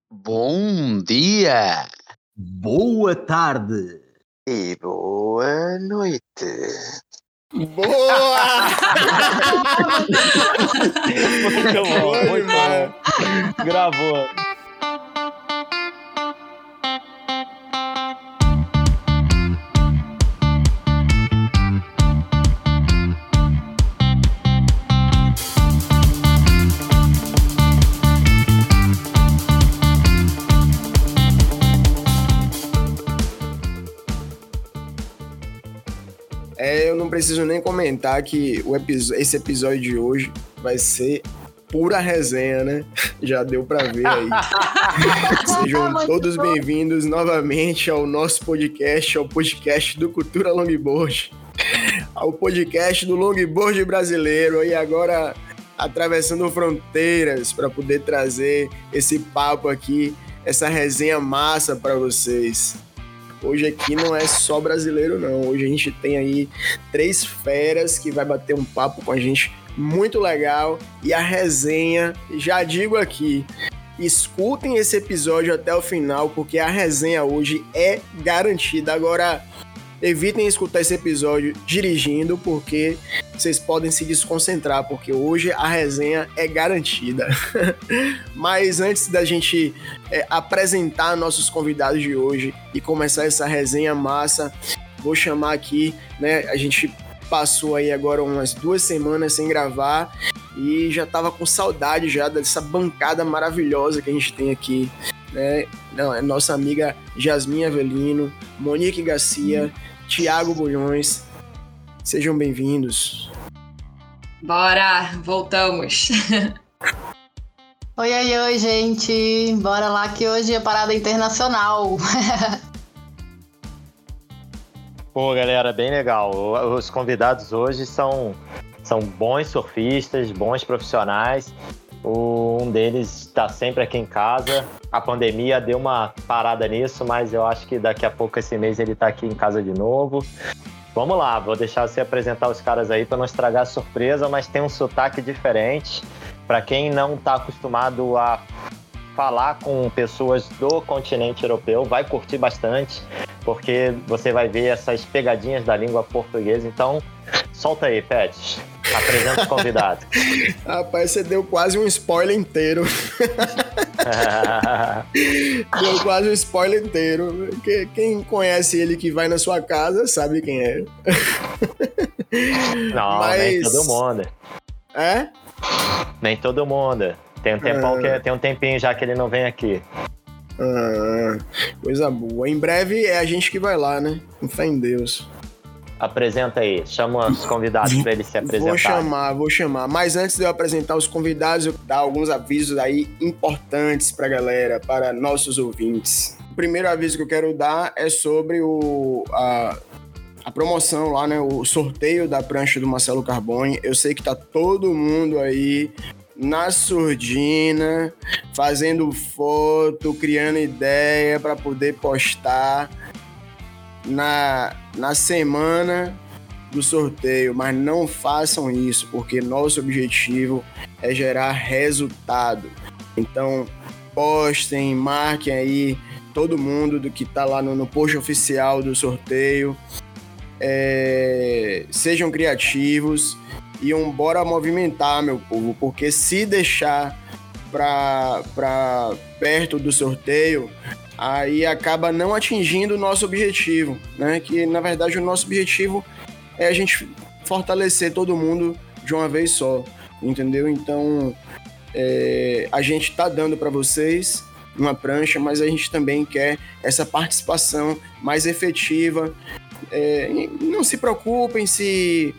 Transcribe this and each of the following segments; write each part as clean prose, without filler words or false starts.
Bom dia! Boa tarde! E boa noite! Boa! Muito bom, muito bom. Gravou. Eu não preciso nem comentar que esse episódio de hoje vai ser pura resenha, né? Já deu pra ver aí. Sejam todos bem-vindos novamente ao nosso podcast, ao podcast do Cultura Longboard, ao podcast do longboard brasileiro, e agora atravessando fronteiras para poder trazer esse papo aqui, essa resenha massa para vocês. Hoje aqui não é só brasileiro, não. Hoje a gente tem aí 3 feras que vai bater um papo com a gente muito legal. E a resenha, já digo aqui, escutem esse episódio até o final, porque a resenha hoje é garantida. Agora, evitem escutar esse episódio dirigindo, porque vocês podem se desconcentrar, porque hoje a resenha é garantida. Mas antes da gente apresentar nossos convidados de hoje e começar essa resenha massa, vou chamar aqui, né? A gente passou aí agora umas 2 semanas sem gravar e já tava com saudade já dessa bancada maravilhosa que a gente tem aqui, né? Nossa amiga Jasmin Avelino, Monique Garcia, Thiago Bulhões, sejam bem-vindos. Bora, voltamos. Oi, gente, bora lá que hoje é parada internacional. Pô, galera, bem legal. Os convidados hoje são bons surfistas, bons profissionais. Um deles está sempre aqui em casa. A pandemia deu uma parada nisso, mas eu acho que daqui a pouco, esse mês, ele está aqui em casa de novo. Vamos lá, vou deixar você apresentar os caras aí para não estragar a surpresa, mas tem um sotaque diferente. Para quem não está acostumado a falar com pessoas do continente europeu, vai curtir bastante, porque você vai ver essas pegadinhas da língua portuguesa. Então, solta aí, Pet. Apresenta os convidados. Rapaz, você deu quase um spoiler inteiro. Deu quase um spoiler inteiro. Quem conhece ele que vai na sua casa sabe quem é. Não, mas... nem todo mundo. É? Nem todo mundo. Tem um tempinho já que ele não vem aqui. Coisa boa. Em breve é a gente que vai lá, né? Com fé em Deus. Apresenta aí, chama os convidados para eles se apresentarem. Vou chamar. Mas antes de eu apresentar os convidados, eu vou dar alguns avisos aí importantes pra galera, para nossos ouvintes. O primeiro aviso que eu quero dar é sobre a promoção lá, né? O sorteio da prancha do Marcelo Carbone. Eu sei que tá todo mundo aí na surdina, fazendo foto, criando ideia para poder postar na semana do sorteio, mas não façam isso, porque nosso objetivo é gerar resultado. Então, postem, marquem aí todo mundo do que tá lá no post oficial do sorteio. Sejam criativos e bora movimentar, meu povo, porque se deixar pra perto do sorteio, aí acaba não atingindo o nosso objetivo, né? Que, na verdade, o nosso objetivo é a gente fortalecer todo mundo de uma vez só, entendeu? Então, a gente tá dando para vocês uma prancha, mas a gente também quer essa participação mais efetiva. Não se preocupem se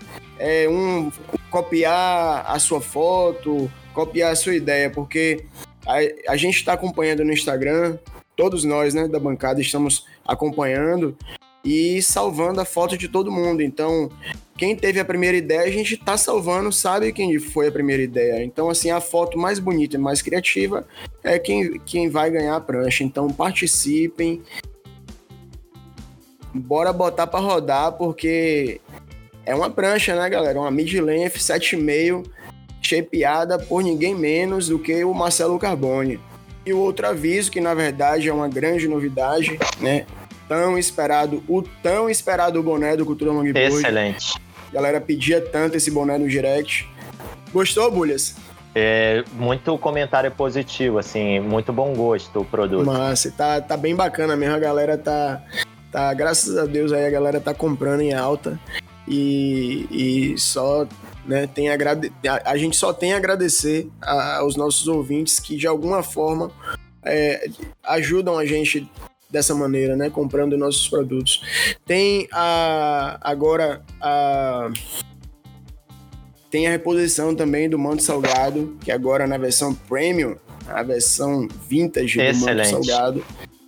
copiar a sua foto, copiar a sua ideia, porque a gente está acompanhando no Instagram, todos nós, né, da bancada estamos acompanhando e salvando a foto de todo mundo. Então, quem teve a primeira ideia, a gente está salvando, sabe quem foi a primeira ideia. Então, assim, a foto mais bonita e mais criativa é quem vai ganhar a prancha. Então, participem. Bora botar para rodar, porque é uma prancha, né, galera? Uma mid-length 7,5, shapeada por ninguém menos do que o Marcelo Carbone. E o outro aviso, que na verdade é uma grande novidade, né? O tão esperado boné do Cultura Longboard. Excelente. A galera pedia tanto esse boné no direct. Gostou, Bulhas? Muito comentário positivo, assim, muito bom gosto o produto. Massa, tá bem bacana mesmo, a galera tá graças a Deus aí a galera tá comprando em alta e só, né, a gente só tem a agradecer aos nossos ouvintes que de alguma forma ajudam a gente dessa maneira, né, comprando nossos produtos. Tem tem a reposição também do manto salgado, que agora na versão premium, a versão vintage do manto salgado,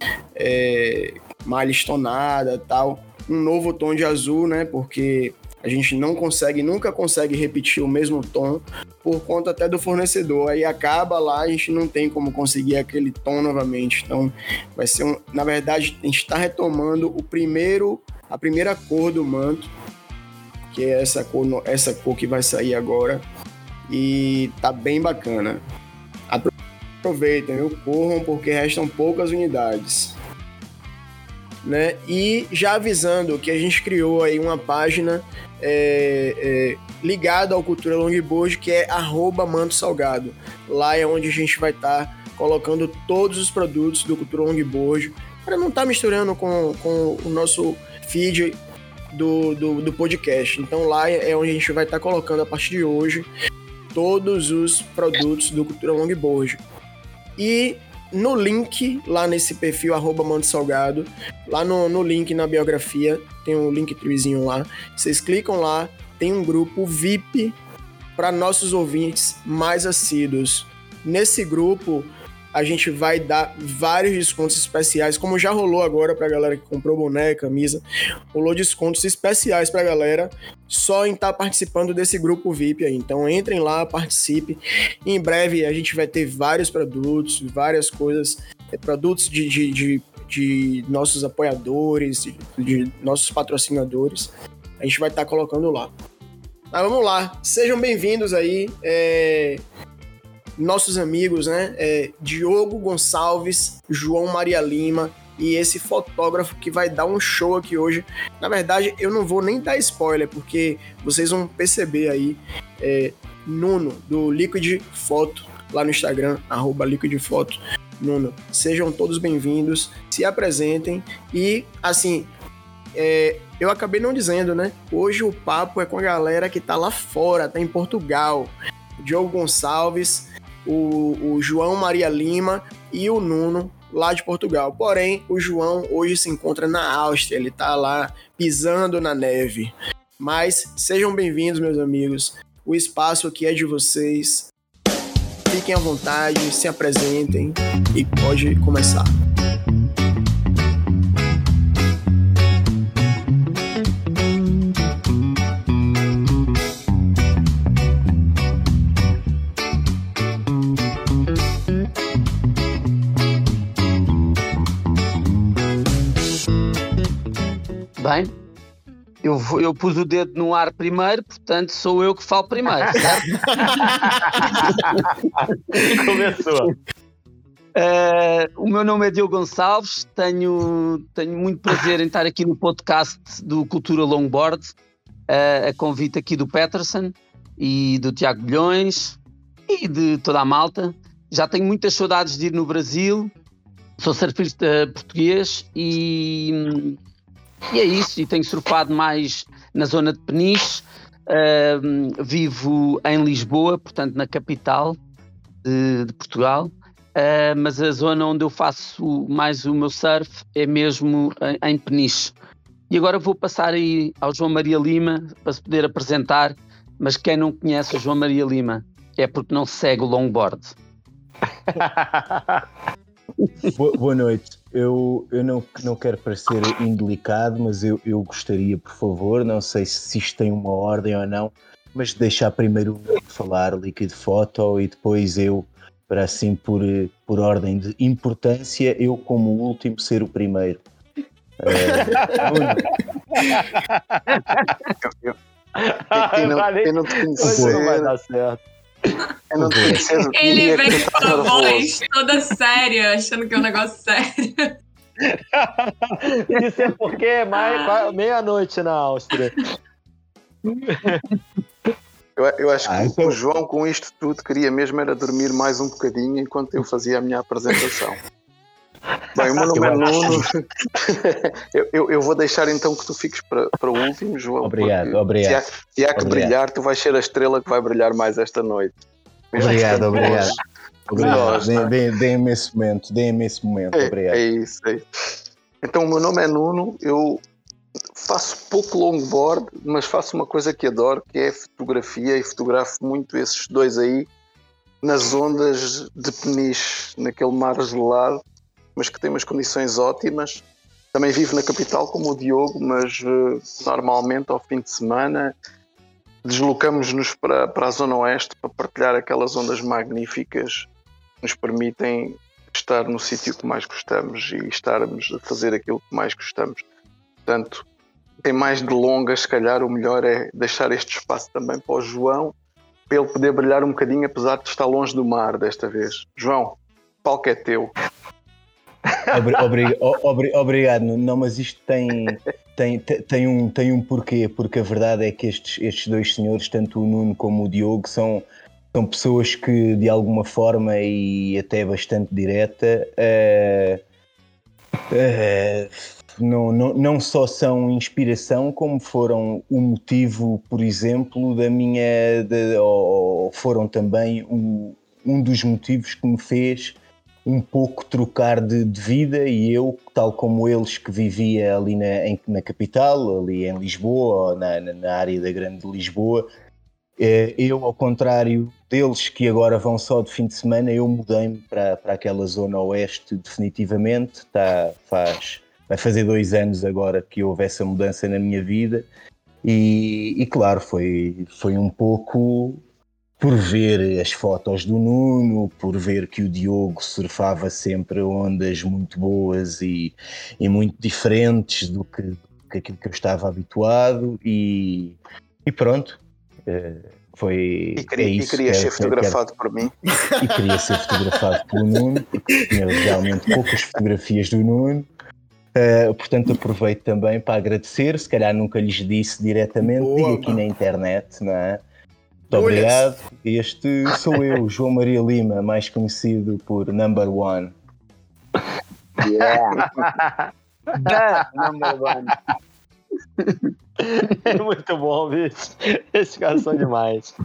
malha estonada e tal, um novo tom de azul, né, porque a gente nunca consegue repetir o mesmo tom, por conta até do fornecedor, aí acaba lá, a gente não tem como conseguir aquele tom novamente, então vai ser na verdade, a gente está retomando a primeira cor do manto, que é essa cor que vai sair agora, e tá bem bacana. Aproveitem, viu? Corram, porque restam poucas unidades. Né? E já avisando que a gente criou aí uma página ligada ao Cultura Longboard, que é @mantosalgado. Lá é onde a gente vai estar colocando todos os produtos do Cultura Longboard, para não estar misturando com o nosso feed do podcast. Então lá é onde a gente vai estar colocando a partir de hoje todos os produtos do Cultura Longboard. E no link, lá nesse perfil @mantosalgado, lá no link na biografia, tem um link treezinho lá, vocês clicam lá, tem um grupo VIP para nossos ouvintes mais assíduos. Nesse grupo a gente vai dar vários descontos especiais, como já rolou agora pra galera que comprou boné e camisa, rolou descontos especiais pra galera só em estar participando desse grupo VIP aí. Então entrem lá, participem. Em breve a gente vai ter vários produtos, várias coisas, produtos de nossos apoiadores, de nossos patrocinadores. A gente vai estar colocando lá. Mas vamos lá, sejam bem-vindos aí, nossos amigos, né? Diogo Gonçalves, João Maria Lima e esse fotógrafo que vai dar um show aqui hoje. Na verdade, eu não vou nem dar spoiler, porque vocês vão perceber aí. Nuno, do Liquid Photo, lá no Instagram, @liquidphoto. Nuno, sejam todos bem-vindos, se apresentem e, assim, eu acabei não dizendo, né? Hoje o papo é com a galera que tá lá fora, tá em Portugal. Diogo Gonçalves, o João Maria Lima e o Nuno, lá de Portugal. Porém, o João hoje se encontra na Áustria, ele tá lá pisando na neve. Mas sejam bem-vindos, meus amigos. O espaço aqui é de vocês. Fiquem à vontade, se apresentem e pode começar. Bem, eu pus o dedo no ar primeiro, portanto sou eu que falo primeiro, certo? Começou. O meu nome é Diogo Gonçalves, tenho muito prazer em estar aqui no podcast do Cultura Longboard, a convite aqui do Peterson e do Tiago Bilhões e de toda a malta. Já tenho muitas saudades de ir no Brasil, sou surfista português e é isso, e tenho surfado mais na zona de Peniche. Vivo em Lisboa, portanto na capital de Portugal, mas a zona onde eu faço mais o meu surf é mesmo em Peniche. E agora vou passar aí ao João Maria Lima para se poder apresentar, mas quem não conhece o João Maria Lima é porque não segue o longboard. Boa noite. Eu não quero parecer indelicado, mas eu gostaria, por favor, não sei se isto tem uma ordem ou não, mas de deixar primeiro falar Liquid Photo e depois eu, para assim por ordem de importância, eu como o último ser o primeiro. Eu não te conhecer. Não vai dar certo. Eu não tinha certeza que Ele ia vem que eu com tava a voz nervoso. toda séria, achando que é um negócio sério. Isso é porque é meia-noite na Áustria. Eu acho que então- o João, com isto tudo, queria mesmo era dormir mais um bocadinho enquanto eu fazia a minha apresentação. Bem, o meu nome é Nuno. Eu vou deixar então que tu fiques para o último, João. Obrigado, porque obrigado. Se há que Obrigado. brilhar, tu vais ser a estrela que vai brilhar mais esta noite. Obrigado, obrigado. Nós, não é? Deem-me esse momento, obrigado. É isso. Então, o meu nome é Nuno, eu faço pouco longboard, mas faço uma coisa que adoro, que é fotografia, e fotografo muito esses dois aí, nas ondas de Peniche, naquele mar gelado, mas que tem umas condições ótimas. Também vivo na capital como o Diogo, mas normalmente ao fim de semana deslocamos-nos para a Zona Oeste para partilhar aquelas ondas magníficas que nos permitem estar no sítio que mais gostamos e estarmos a fazer aquilo que mais gostamos. Portanto, tem mais delongas, se calhar o melhor é deixar este espaço também para o João, para ele poder brilhar um bocadinho, apesar de estar longe do mar desta vez. João, o palco é teu. Obrigado, não, mas isto tem um porquê, porque a verdade é que estes dois senhores, tanto o Nuno como o Diogo, são pessoas que de alguma forma e até bastante direta não só são inspiração, como foram o motivo, por exemplo, ou foram também um dos motivos que me fez um pouco trocar de vida, e eu, tal como eles que vivia ali na capital, ali em Lisboa, ou na área da Grande Lisboa, eu, ao contrário deles que agora vão só de fim de semana, eu mudei-me para aquela zona oeste definitivamente. Vai fazer 2 anos agora que houve essa mudança na minha vida e claro, foi um pouco por ver as fotos do Nuno, por ver que o Diogo surfava sempre ondas muito boas e muito diferentes do que aquilo que eu estava habituado e pronto. Foi E queria ser fotografado por mim. E queria ser fotografado pelo Nuno, porque tinha realmente poucas fotografias do Nuno. Portanto, aproveito também para agradecer. Se calhar nunca lhes disse diretamente, digo aqui na internet, não é? Muito obrigado. Este sou eu, João Maria Lima, mais conhecido por Number One. Yeah. Number one. É muito bom, bicho. Esses caras são demais.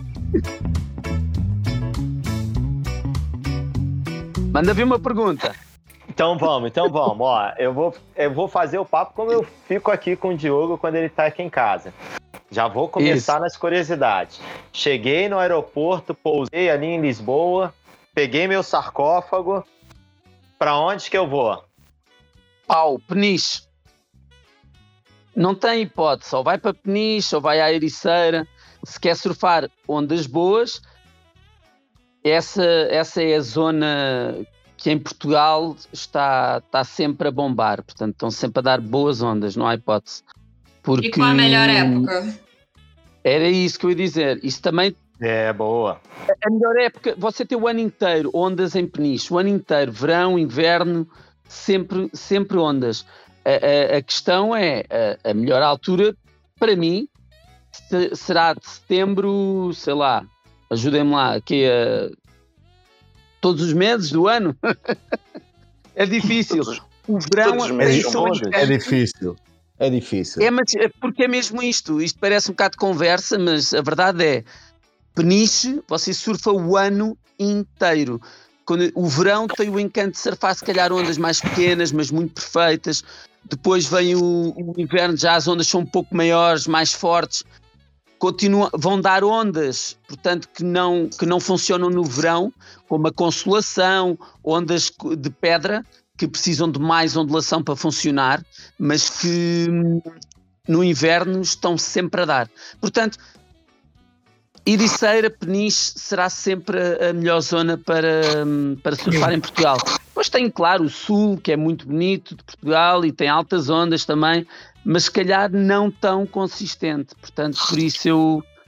Manda vir uma pergunta. Então vamos. Ó, eu vou fazer o papo como eu fico aqui com o Diogo quando ele tá aqui em casa. Já vou começar nas curiosidades. Cheguei no aeroporto, pousei ali em Lisboa, peguei meu sarcófago. Pra onde que eu vou? Peniche. Não tem hipótese, ou vai para Peniche, ou vai à Ericeira. Se quer surfar ondas boas, essa é a zona que em Portugal está sempre a bombar. Portanto, estão sempre a dar boas ondas, não há hipótese. Porque E qual a melhor época? Era isso que eu ia dizer. Isso também É, boa. a melhor época, você tem o ano inteiro ondas em Peniche, o ano inteiro, verão, inverno, sempre ondas. A questão é, a melhor altura, para mim, será de setembro, sei lá, ajudem-me lá, que é todos os meses do ano. É difícil. O verão todos os meses são bons. É difícil. mas porque é mesmo isto parece um bocado de conversa, mas a verdade é, Peniche, você surfa o ano inteiro. Quando o verão tem o encanto de surfar se calhar ondas mais pequenas, mas muito perfeitas. Depois vem o inverno, já as ondas são um pouco maiores, mais fortes. Vão dar ondas, portanto, que não funcionam no verão, como a Consolação, ondas de pedra, que precisam de mais ondulação para funcionar, mas que no inverno estão sempre a dar. Portanto, Ericeira, Peniche será sempre a melhor zona para surfar em Portugal. Depois tem, claro, o sul, que é muito bonito, de Portugal, e tem altas ondas também, mas se calhar não tão consistente. Portanto, por isso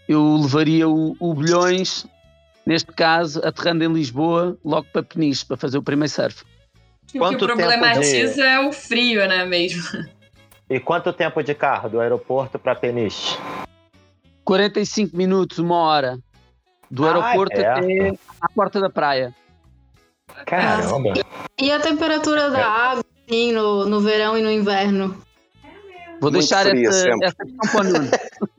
eu levaria o Bolhões, neste caso, aterrando em Lisboa, logo para Peniche, para fazer o primeiro surf. O que Quanto problematiza é o frio, né, mesmo? E quanto tempo de carro do aeroporto para Peniche? 45 minutos, 1 hora. Do aeroporto até à porta da praia. Caramba! E a temperatura da água, assim, no verão e no inverno? Vou Muito deixar fria essa sempre. questão para o Nuno.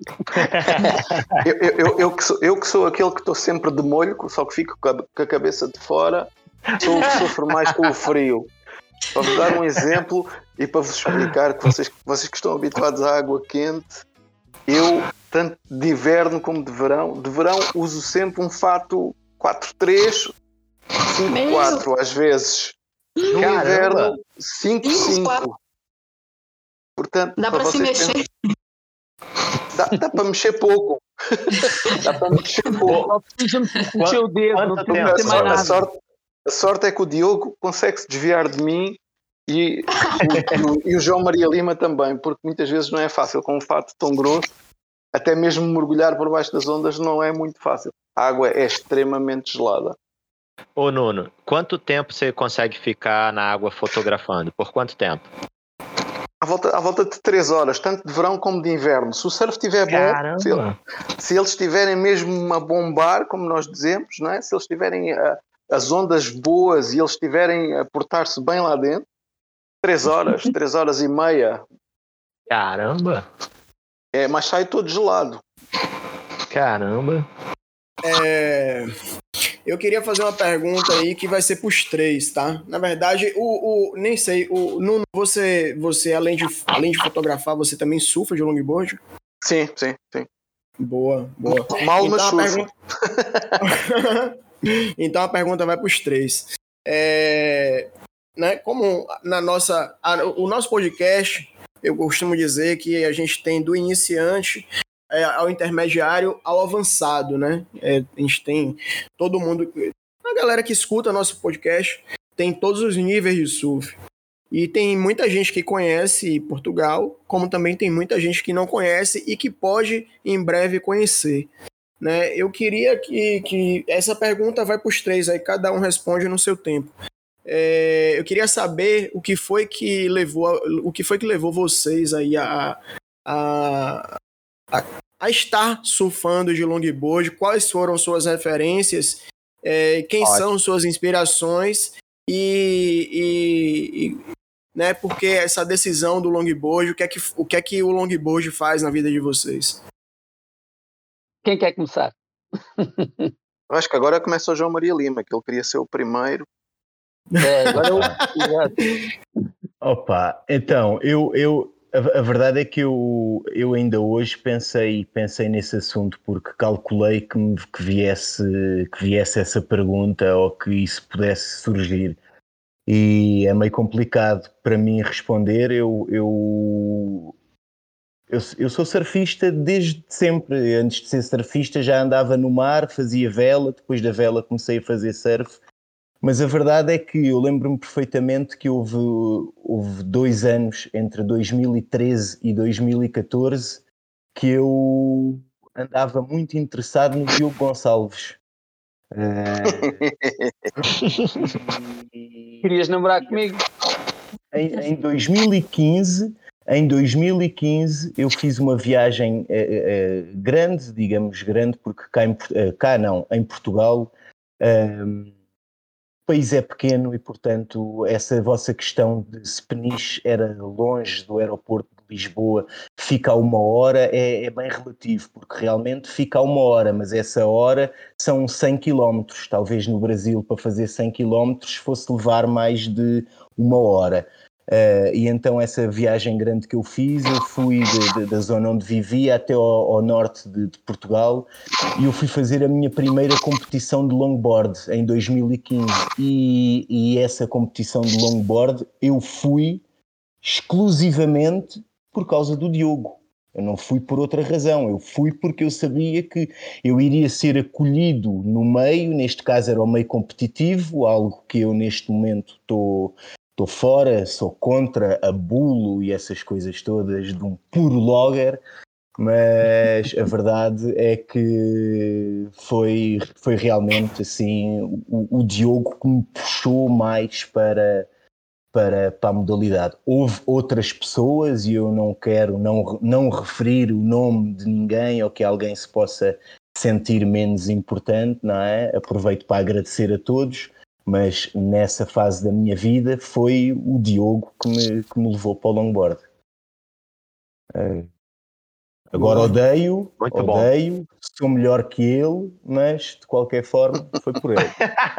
Eu que sou aquele que estou sempre de molho, só que fico com a cabeça de fora, sou o que sofro mais com o frio. Para vos dar um exemplo e para vos explicar que vocês que estão habituados à água quente, eu, tanto de inverno como de verão uso sempre um fato 4-3, 5-4 às vezes. No Caramba. inverno, 5-5. Portanto, Dá para se vocês mexer. Dá para mexer pouco. Dá para mexer pouco. Só precisa mexer o dedo, não Quanto tem tempo? que ter mais nada. A sorte é que o Diogo consegue se desviar de mim e o João Maria Lima também, porque muitas vezes não é fácil com um fato tão grosso, até mesmo mergulhar por baixo das ondas não é muito fácil. A água é extremamente gelada. Ô Nuno, quanto tempo você consegue ficar na água fotografando? Por quanto tempo? À volta de 3 horas, tanto de verão como de inverno. Se o surf estiver bom, Caramba! se eles estiverem mesmo a bombar, como nós dizemos, não é? Se eles tiverem as ondas boas e eles estiverem a portar-se bem lá dentro, 3 horas e meia, Caramba! mas sai todo gelado. Caramba! Eu queria fazer uma pergunta aí que vai ser pros 3, tá? Na verdade, nem sei, o Nuno, você além de fotografar, você também surfa de longboard? Sim. Boa. Mal, Então, mas a surfo. Então a pergunta vai pros 3. Né, como o nosso podcast, eu costumo dizer que a gente tem do iniciante ao intermediário ao avançado, né? A gente tem todo mundo, a galera que escuta nosso podcast tem todos os níveis de surf. E tem muita gente que conhece Portugal, como também tem muita gente que não conhece e que pode em breve conhecer. Né? Eu queria que essa pergunta vai para os 3, aí cada um responde no seu tempo. Eu queria saber o que foi que levou vocês aí a estar surfando de longboard, quais foram suas referências, quem são suas inspirações e né, porque essa decisão do longboard, o que é que o longboard faz na vida de vocês? Quem quer começar? Eu acho que agora começa o João Maria Lima, que ele queria ser o primeiro. Agora Opa, então, a verdade é que eu ainda hoje pensei nesse assunto porque calculei que viesse essa pergunta ou que isso pudesse surgir. E é meio complicado para mim responder. Eu sou surfista desde sempre. Antes de ser surfista já andava no mar, fazia vela, depois da vela comecei a fazer surf. Mas a verdade é que eu lembro-me perfeitamente que houve 2 anos, entre 2013 e 2014, que eu andava muito interessado no Diogo Gonçalves. querias namorar comigo? Em 2015 eu fiz uma viagem grande, digamos grande, porque em Portugal o país é pequeno e, portanto, essa vossa questão de se Peniche era longe do aeroporto de Lisboa, fica a 1 hora, é bem relativo, porque realmente fica a 1 hora, mas essa hora são 100 km. Talvez no Brasil, para fazer 100 km, fosse levar mais de 1 hora. E então essa viagem grande que eu fiz, eu fui da zona onde vivia até ao norte de Portugal e eu fui fazer a minha primeira competição de longboard em 2015 e essa competição de longboard eu fui exclusivamente por causa do Diogo. Eu não fui por outra razão, eu fui porque eu sabia que eu iria ser acolhido no meio, neste caso era o meio competitivo, algo que eu neste momento estou fora, sou contra a bulo e essas coisas todas de um puro logger, mas a verdade é que foi realmente assim o Diogo que me puxou mais para a modalidade. Houve outras pessoas e eu não quero não referir o nome de ninguém ou que alguém se possa sentir menos importante, não é? Aproveito para agradecer a todos, mas nessa fase da minha vida foi o Diogo que me levou para o longboard. Agora odeio, sou melhor que ele, mas de qualquer forma foi por ele.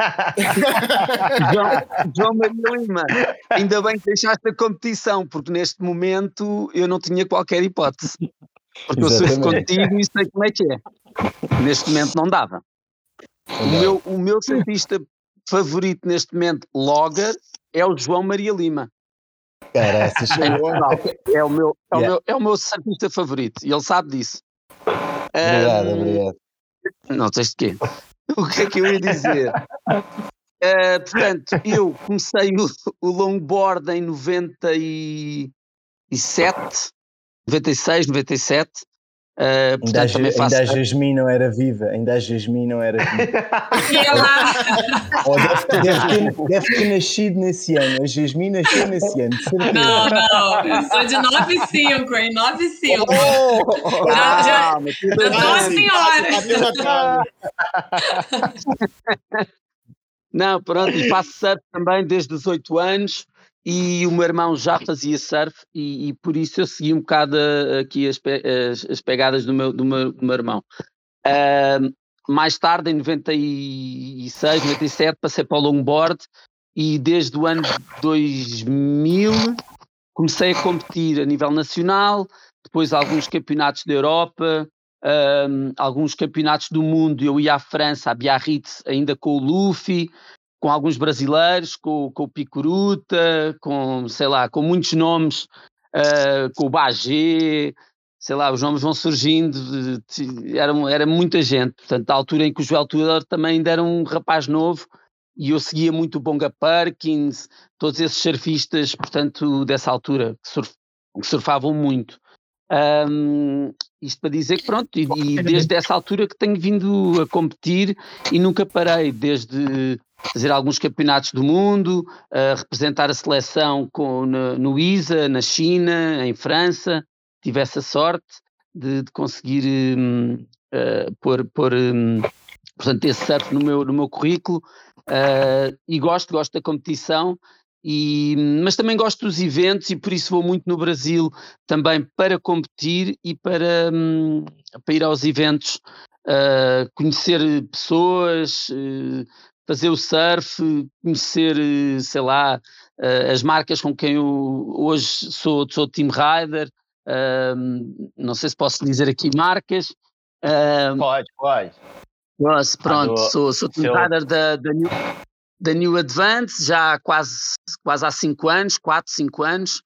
João Maria Lima, ainda bem que deixaste a competição, porque neste momento eu não tinha qualquer hipótese. Porque eu sou contigo e sei como é que é. Neste momento não dava. O meu surfista favorito neste momento, logger, é o João Maria Lima. Caraças, é o meu surfista favorito e ele sabe disso. Obrigado. Não tens de quê? O que é que eu ia dizer? Portanto, eu comecei o longboard em 97, 96, 97. Portanto, também faço... ainda a Jasmine não era viva. Ou deve ter nascido nesse ano. A Jasmine nasceu nesse ano, de certeza. Não, eu sou de 95, hein? 95. Já tô a senhora. Não, pronto, e faço surf também desde os 8 anos. E o meu irmão já fazia surf e por isso eu segui um bocado aqui as pegadas do meu irmão. Mais tarde, em 96, 97, passei para o longboard e desde o ano 2000 comecei a competir a nível nacional, depois alguns campeonatos da Europa, alguns campeonatos do mundo. Eu ia à França, a Biarritz, ainda com o Luffy, com alguns brasileiros, com o Picuruta, com muitos nomes, com o Bagé, sei lá, os nomes vão surgindo, era muita gente. Portanto, à altura em que o Joel Tudor também ainda era um rapaz novo, e eu seguia muito o Bonga Perkins, todos esses surfistas, portanto, dessa altura, que surfavam muito. Isto para dizer que pronto, e desde essa altura que tenho vindo a competir e nunca parei, desde fazer alguns campeonatos do mundo, representar a seleção no ISA, na China, em França. Tive essa sorte de conseguir pôr portanto, esse surf no meu currículo, e gosto da competição, mas também gosto dos eventos e por isso vou muito no Brasil também para competir e para ir aos eventos, conhecer pessoas, fazer o surf, conhecer, sei lá, as marcas com quem eu hoje sou team rider. Não sei se posso dizer aqui marcas. Pode. Nossa, pronto, sou team rider da New Advance, já quase há 5 anos, 4, 5 anos,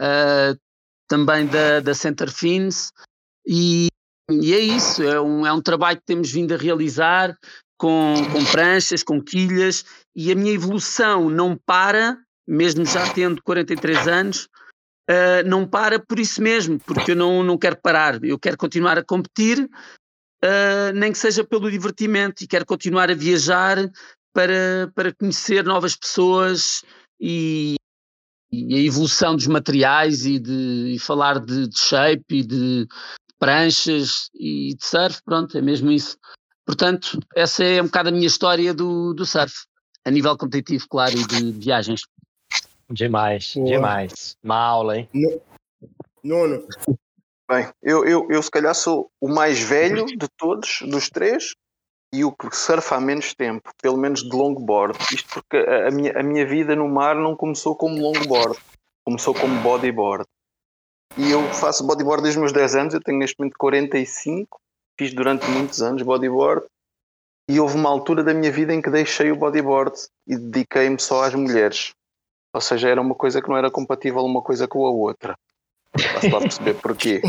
também da Center Fins, e é isso, é um trabalho que temos vindo a realizar com pranchas, com quilhas, e a minha evolução não para, mesmo já tendo 43 anos, não para por isso mesmo, porque eu não quero parar, eu quero continuar a competir, nem que seja pelo divertimento, e quero continuar a viajar para conhecer novas pessoas e a evolução dos materiais e falar de shape e de pranchas e de surf, pronto, é mesmo isso. Portanto, essa é um bocado a minha história do surf, a nível competitivo, claro, e de viagens. Demais. Uma aula, hein? Nuno. Bem, eu se calhar sou o mais velho de todos, dos três, e o que surfa há menos tempo, pelo menos de longboard. Isto porque a minha vida no mar não começou como longboard, começou como bodyboard. E eu faço bodyboard desde os meus 10 anos, eu tenho neste momento 45, fiz durante muitos anos bodyboard, e houve uma altura da minha vida em que deixei o bodyboard e dediquei-me só às mulheres. Ou seja, era uma coisa que não era compatível uma coisa com a outra. Posso lá perceber porquê.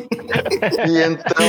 E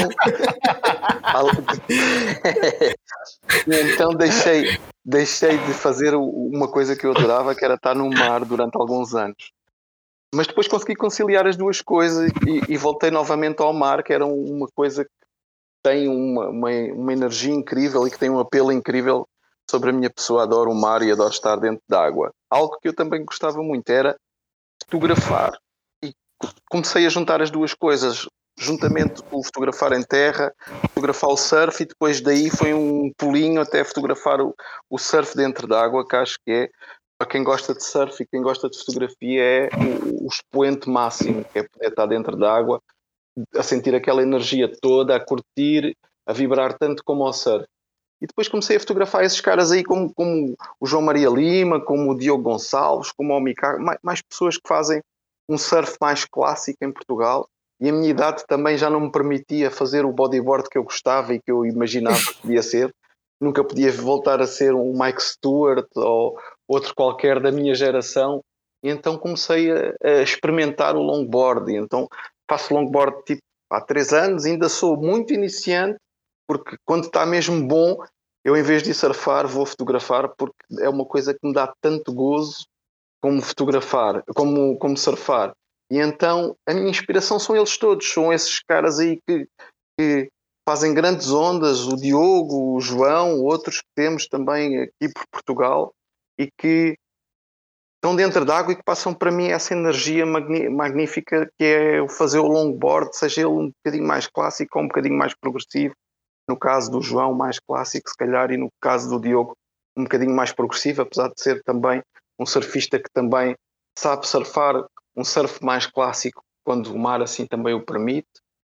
então deixei de fazer uma coisa que eu adorava, que era estar no mar durante alguns anos. Mas depois consegui conciliar as duas coisas e voltei novamente ao mar, que era uma coisa que tem uma energia incrível e que tem um apelo incrível sobre a minha pessoa. Adoro o mar e adoro estar dentro d'água. Algo que eu também gostava muito era fotografar. E comecei a juntar as duas coisas, juntamente o fotografar em terra, fotografar o surf, e depois daí foi um pulinho até fotografar o surf dentro d'água, que acho que é, para quem gosta de surf e quem gosta de fotografia, é o expoente máximo, que é poder estar dentro d'água, a sentir aquela energia toda, a curtir, a vibrar tanto como ao surf. E depois comecei a fotografar esses caras aí, como o João Maria Lima, como o Diogo Gonçalves, como o Mika, mais pessoas que fazem um surf mais clássico em Portugal. E a minha idade também já não me permitia fazer o bodyboard que eu gostava e que eu imaginava que podia ser. Nunca podia voltar a ser um Mike Stewart ou outro qualquer da minha geração. E então comecei a experimentar o longboard. E então faço longboard tipo há 3 anos, ainda sou muito iniciante, porque quando está mesmo bom, eu em vez de surfar, vou fotografar, porque é uma coisa que me dá tanto gozo como fotografar, como surfar. E então a minha inspiração são eles todos, são esses caras aí que fazem grandes ondas, o Diogo, o João, outros que temos também aqui por Portugal, e que estão dentro d'água e que passam para mim essa energia magnífica que é o fazer o longboard, seja ele um bocadinho mais clássico ou um bocadinho mais progressivo. No caso do João, mais clássico, se calhar, e no caso do Diogo, um bocadinho mais progressivo, apesar de ser também um surfista que também sabe surfar um surf mais clássico, quando o mar assim também o permite.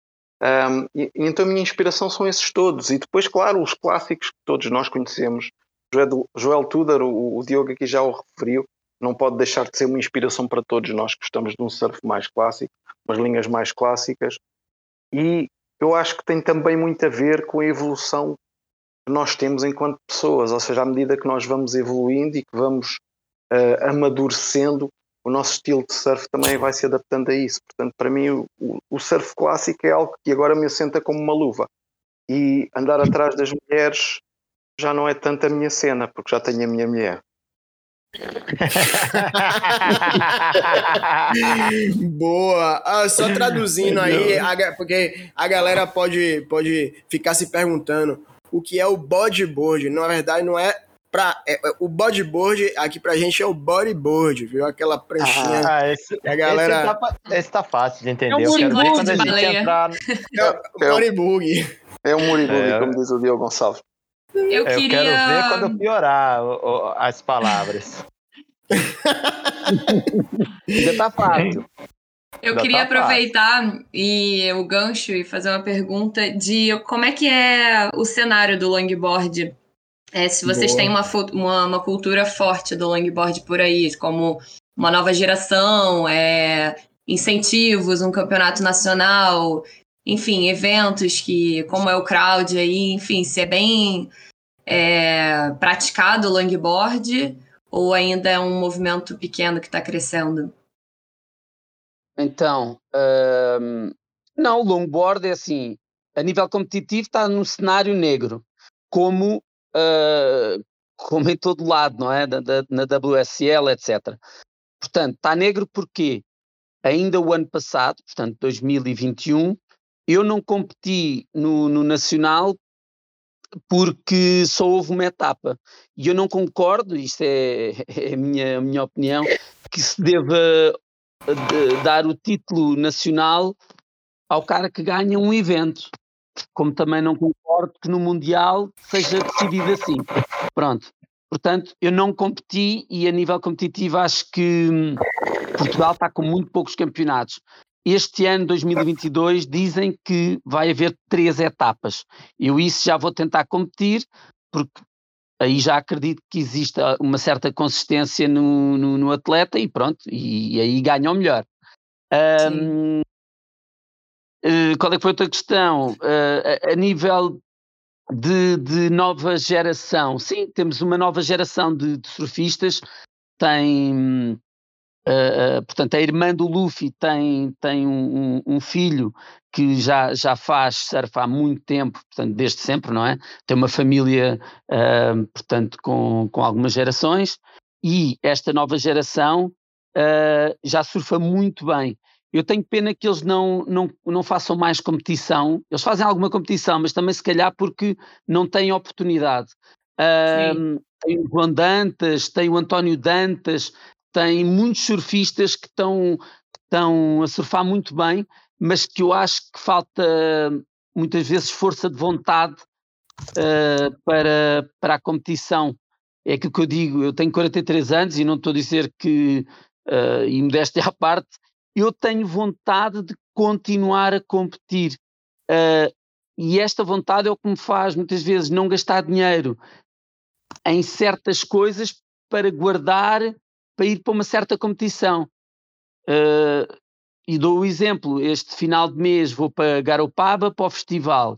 Então a minha inspiração são esses todos. E depois, claro, os clássicos que todos nós conhecemos. Joel Tudor, o Diogo aqui já o referiu, não pode deixar de ser uma inspiração para todos nós que gostamos de um surf mais clássico, umas linhas mais clássicas. E eu acho que tem também muito a ver com a evolução que nós temos enquanto pessoas, ou seja, à medida que nós vamos evoluindo e que vamos amadurecendo, o nosso estilo de surf também vai se adaptando a isso. Portanto, para mim, o surf clássico é algo que agora me assenta como uma luva. E andar atrás das mulheres já não é tanto a minha cena, porque já tenho a minha mulher. Boa. Só traduzindo aí, porque a galera pode ficar se perguntando o que é o bodyboard. Na verdade, não é o bodyboard aqui pra gente é o bodyboard, viu? Aquela pranchinha. A galera... esse tá fácil de entender. É um quero ver quando a gente baleia. entrar... É o bodyboard. É um muribug, como diz o Diogo Gonçalves. Eu quero ver quando piorar as palavras. Já tá fácil. Eu queria aproveitar o gancho e fazer uma pergunta de como é que é o cenário do longboard. Se vocês têm uma cultura forte do longboard por aí, como uma nova geração, incentivos, um campeonato nacional, enfim, eventos como é o crowd aí, enfim, se é bem praticado o longboard ou ainda é um movimento pequeno que está crescendo? Então, não, o longboard é assim, a nível competitivo está no cenário negro, como em todo lado, não é? Na WSL, etc. Portanto, está negro porque ainda o ano passado, portanto 2021, eu não competi no Nacional porque só houve uma etapa. E eu não concordo, isto é a minha opinião, que se deva dar o título nacional ao cara que ganha um evento. Como também não concordo que no Mundial seja decidido assim. Pronto. Portanto, eu não competi e a nível competitivo acho que Portugal está com muito poucos campeonatos. Este ano, 2022, dizem que vai haver 3 etapas. Eu isso já vou tentar competir, porque aí já acredito que existe uma certa consistência no atleta e pronto, e aí ganha o melhor. Qual é que foi a outra questão? A nível de nova geração, sim, temos uma nova geração de surfistas, tem... portanto, a irmã do Luffy tem um filho que já faz surf há muito tempo, portanto, desde sempre, não é? Tem uma família, portanto, com algumas gerações, e esta nova geração já surfa muito bem. Eu tenho pena que eles não façam mais competição. Eles fazem alguma competição, mas também se calhar porque não têm oportunidade. Tem o João Dantas, tem o António Dantas, tem muitos surfistas que estão a surfar muito bem, mas que eu acho que falta muitas vezes força de vontade para a competição. É aquilo que eu digo, eu tenho 43 anos e não estou a dizer que, e modéstia à parte, eu tenho vontade de continuar a competir. E esta vontade é o que me faz muitas vezes não gastar dinheiro em certas coisas para guardar, para ir para uma certa competição. E dou o exemplo, este final de mês vou para Garopaba para o festival.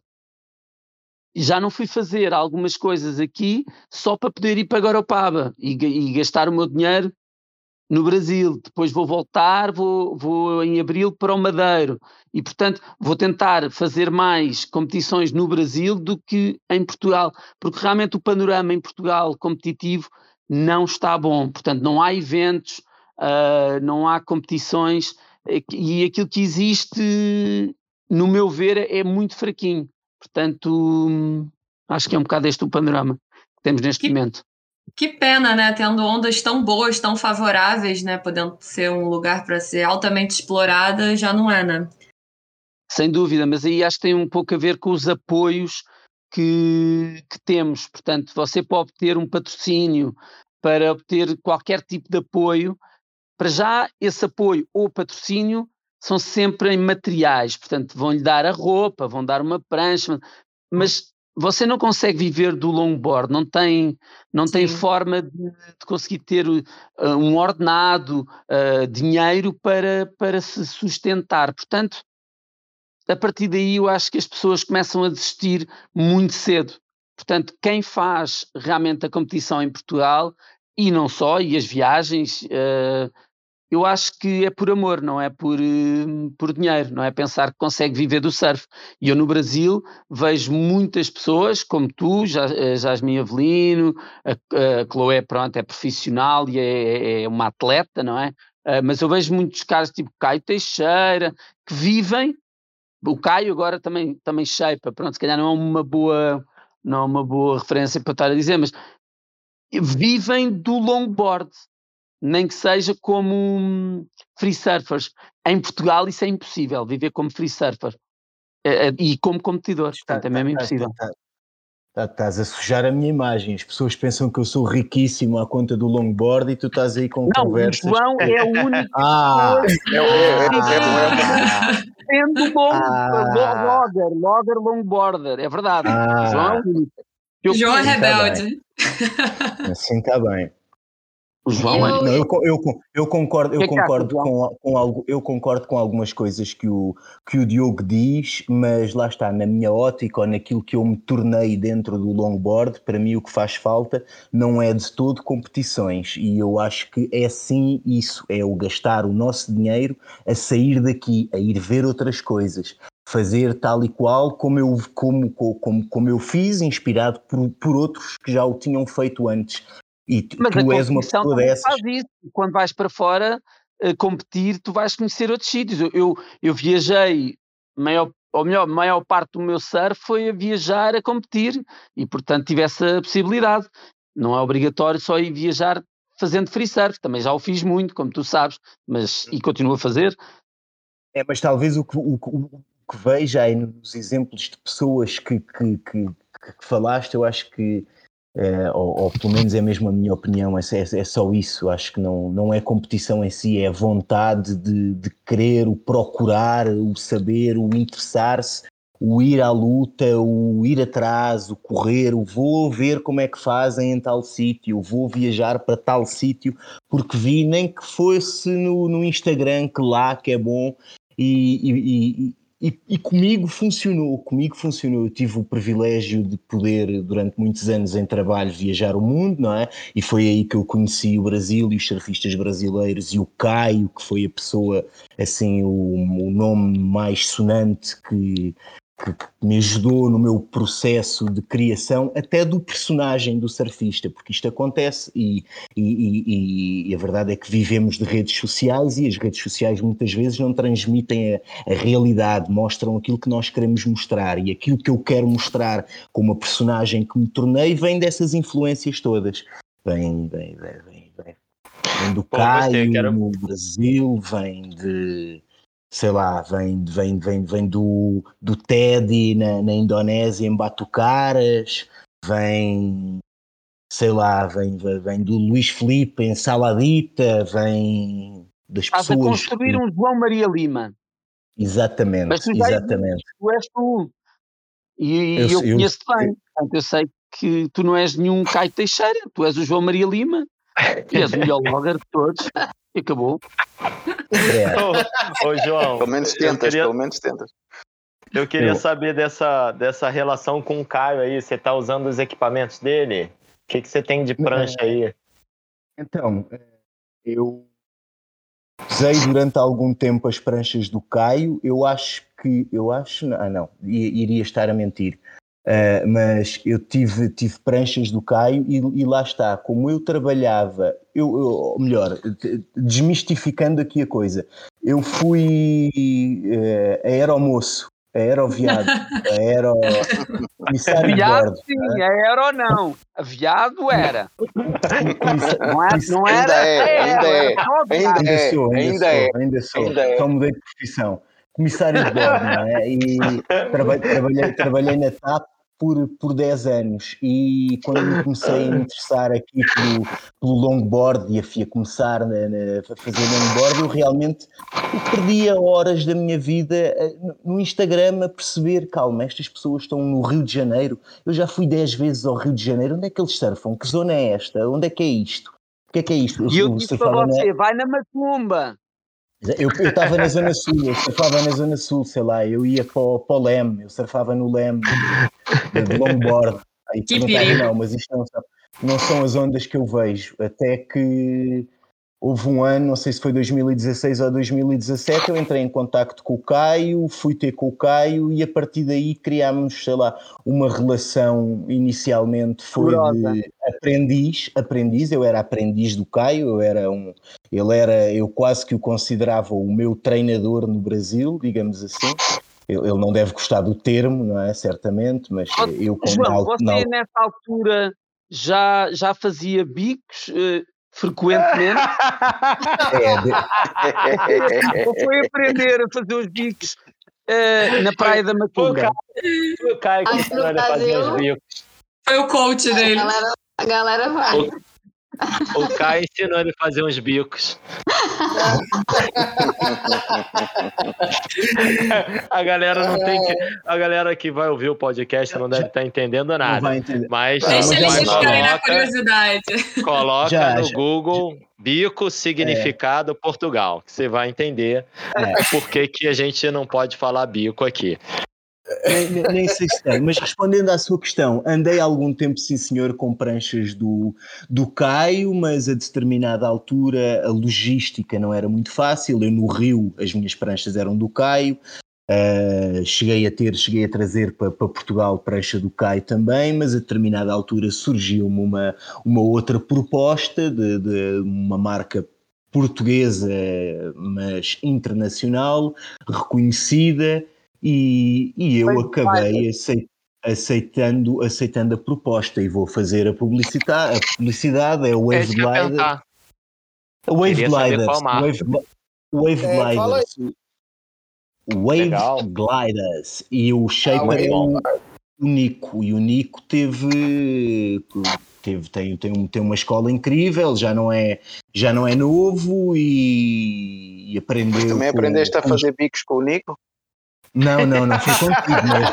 Já não fui fazer algumas coisas aqui só para poder ir para Garopaba e gastar o meu dinheiro no Brasil. Depois vou voltar, vou em abril para o Madeiro e, portanto, vou tentar fazer mais competições no Brasil do que em Portugal, porque realmente o panorama em Portugal competitivo não está bom. Portanto, não há eventos, não há competições e aquilo que existe, no meu ver, é muito fraquinho. Portanto, acho que é um bocado este o panorama que temos neste momento. Que pena, né? Tendo ondas tão boas, tão favoráveis, né? Podendo ser um lugar para ser altamente explorada, já não é, né? Sem dúvida, mas aí acho que tem um pouco a ver com os apoios que temos. Portanto, você pode obter um patrocínio para obter qualquer tipo de apoio. Para já, esse apoio ou patrocínio são sempre em materiais. Portanto, vão-lhe dar a roupa, vão dar uma prancha, mas você não consegue viver do longboard, não tem forma de conseguir ter um ordenado, dinheiro para se sustentar. Portanto, a partir daí eu acho que as pessoas começam a desistir muito cedo. Portanto, quem faz realmente a competição em Portugal, e não só, e as viagens, eu acho que é por amor, não é por dinheiro, não é pensar que consegue viver do surf. E eu no Brasil vejo muitas pessoas, como tu, Jasmine Avelino, a Chloé, pronto, é profissional e é uma atleta, não é? Mas eu vejo muitos caras tipo Caio Teixeira, que vivem, o Caio agora também shape, pronto, se calhar não é uma boa referência para estar a dizer, mas vivem do longboard. Nem que seja como free surfers. Em Portugal isso é impossível, viver como free surfer e como competidor, portanto é mesmo impossível. Estás a sujar a minha imagem, as pessoas pensam que eu sou riquíssimo à conta do longboard e tu estás aí com conversas... Não, o João é o único sendo logger longboarder, é verdade, o João é o único. João é rebelde. Assim está bem. O João eu concordo com algumas coisas que o Diogo diz, mas lá está, na minha ótica ou naquilo que eu me tornei dentro do longboard, para mim o que faz falta não é de todo competições, e eu acho que é sim isso, é o gastar o nosso dinheiro a sair daqui, a ir ver outras coisas, fazer tal e qual como eu fiz, inspirado por outros que já o tinham feito antes. E mas tu és uma pessoa dessas. Faz isso. Quando vais para fora competir, tu vais conhecer outros sítios. Eu viajei, maior parte do meu surf foi a viajar a competir e, portanto, tive essa possibilidade. Não é obrigatório só ir viajar fazendo free surf. Também já o fiz muito, como tu sabes, e continuo a fazer. Mas talvez o que veja aí nos exemplos de pessoas que falaste, eu acho que ou pelo menos é mesmo a minha opinião, é só isso. Acho que não é competição em si, é a vontade de querer, o procurar, o saber, o interessar-se, o ir à luta, o ir atrás, o correr, o vou ver como é que fazem em tal sítio, vou viajar para tal sítio porque vi, nem que fosse no Instagram, que é bom. E comigo funcionou, eu tive o privilégio de poder, durante muitos anos em trabalho, viajar o mundo, não é? E foi aí que eu conheci o Brasil e os surfistas brasileiros e o Caio, que foi a pessoa, assim, o nome mais sonante que me ajudou no meu processo de criação, até do personagem do surfista, porque isto acontece e a verdade é que vivemos de redes sociais e as redes sociais muitas vezes não transmitem a realidade, mostram aquilo que nós queremos mostrar, e aquilo que eu quero mostrar como a personagem que me tornei vem dessas influências todas. Vem do Caio no Brasil, vem de... sei lá, vem do Teddy na Indonésia, em Batucaras, vem, sei lá, vem do Luís Filipe em Saladita, vem das pessoas... Estás a construir um João Maria Lima. Exatamente, mas tu exatamente. Tu és tu. E eu conheço-te bem. Portanto, eu sei que tu não és nenhum Caio Teixeira, tu és o João Maria Lima, e és o melhor blogger de todos, e acabou. Ô, João, pelo menos tentas. Eu queria saber dessa relação com o Caio aí. Você tá usando os equipamentos dele? O que você tem de prancha aí? Então, eu usei durante algum tempo as pranchas do Caio. Iria estar a mentir. Mas eu tive pranchas do Caio e lá está, como eu trabalhava, melhor, desmistificando aqui a coisa, eu fui aeromoço, aeroviado, comissário de bordo. Sim, aero não, aviado era. Ainda sou, só mudei de profissão. Comissário de bordo, não é? E trabalhei na TAP por 10 anos, e quando me comecei a interessar aqui pelo longboard e a começar a fazer longboard, eu realmente perdia horas da minha vida no Instagram a perceber, calma, estas pessoas estão no Rio de Janeiro, eu já fui 10 vezes ao Rio de Janeiro, onde é que eles surfam? Que zona é esta? Onde é que é isto? O que é isto? E eu disse para você, vai na Macumba. Eu estava na Zona Sul, eu surfava na Zona Sul, sei lá, eu ia para o Leme, eu surfava no Leme de longboard. Aí não, mas isto não são as ondas que eu vejo, até que houve um ano, não sei se foi 2016 ou 2017, eu entrei em contacto com o Caio, fui ter com o Caio e a partir daí criámos, sei lá, uma relação. Inicialmente foi de aprendiz, eu era aprendiz do Caio, eu quase que o considerava o meu treinador no Brasil, digamos assim. Ele não deve gostar do termo, não é? Certamente, mas eu... João, você nessa altura já fazia bicos... frequentemente. Ou foi aprender a fazer os bicos na praia da Macumba? O Caio que ensinou a fazer os bicos. Foi o coach dele. A galera vai. O Caio ensinou ele a fazer uns bicos. A galera que vai ouvir o podcast não deve estar entendendo nada. Não vai entender. Mas deixa eles ficarem na curiosidade. Coloca no Google bico significado Portugal, que você vai entender por que a gente não pode falar bico aqui. Nem sei se tem, mas respondendo à sua questão, andei algum tempo, sim senhor, com pranchas do Caio, mas a determinada altura a logística não era muito fácil. Eu no Rio, as minhas pranchas eram do Caio, cheguei a trazer para Portugal prancha do Caio também, mas a determinada altura surgiu-me uma outra proposta de uma marca portuguesa, mas internacional, reconhecida. E eu acabei aceitando a proposta e vou fazer a publicidade, é o Wave Glider. Wave Gliders. E o shaper é o Nico. E o Nico tem uma escola incrível, já não é novo e aprendeu. Mas também aprendeste a fazer bicos com o Nico? Não foi contigo, mas...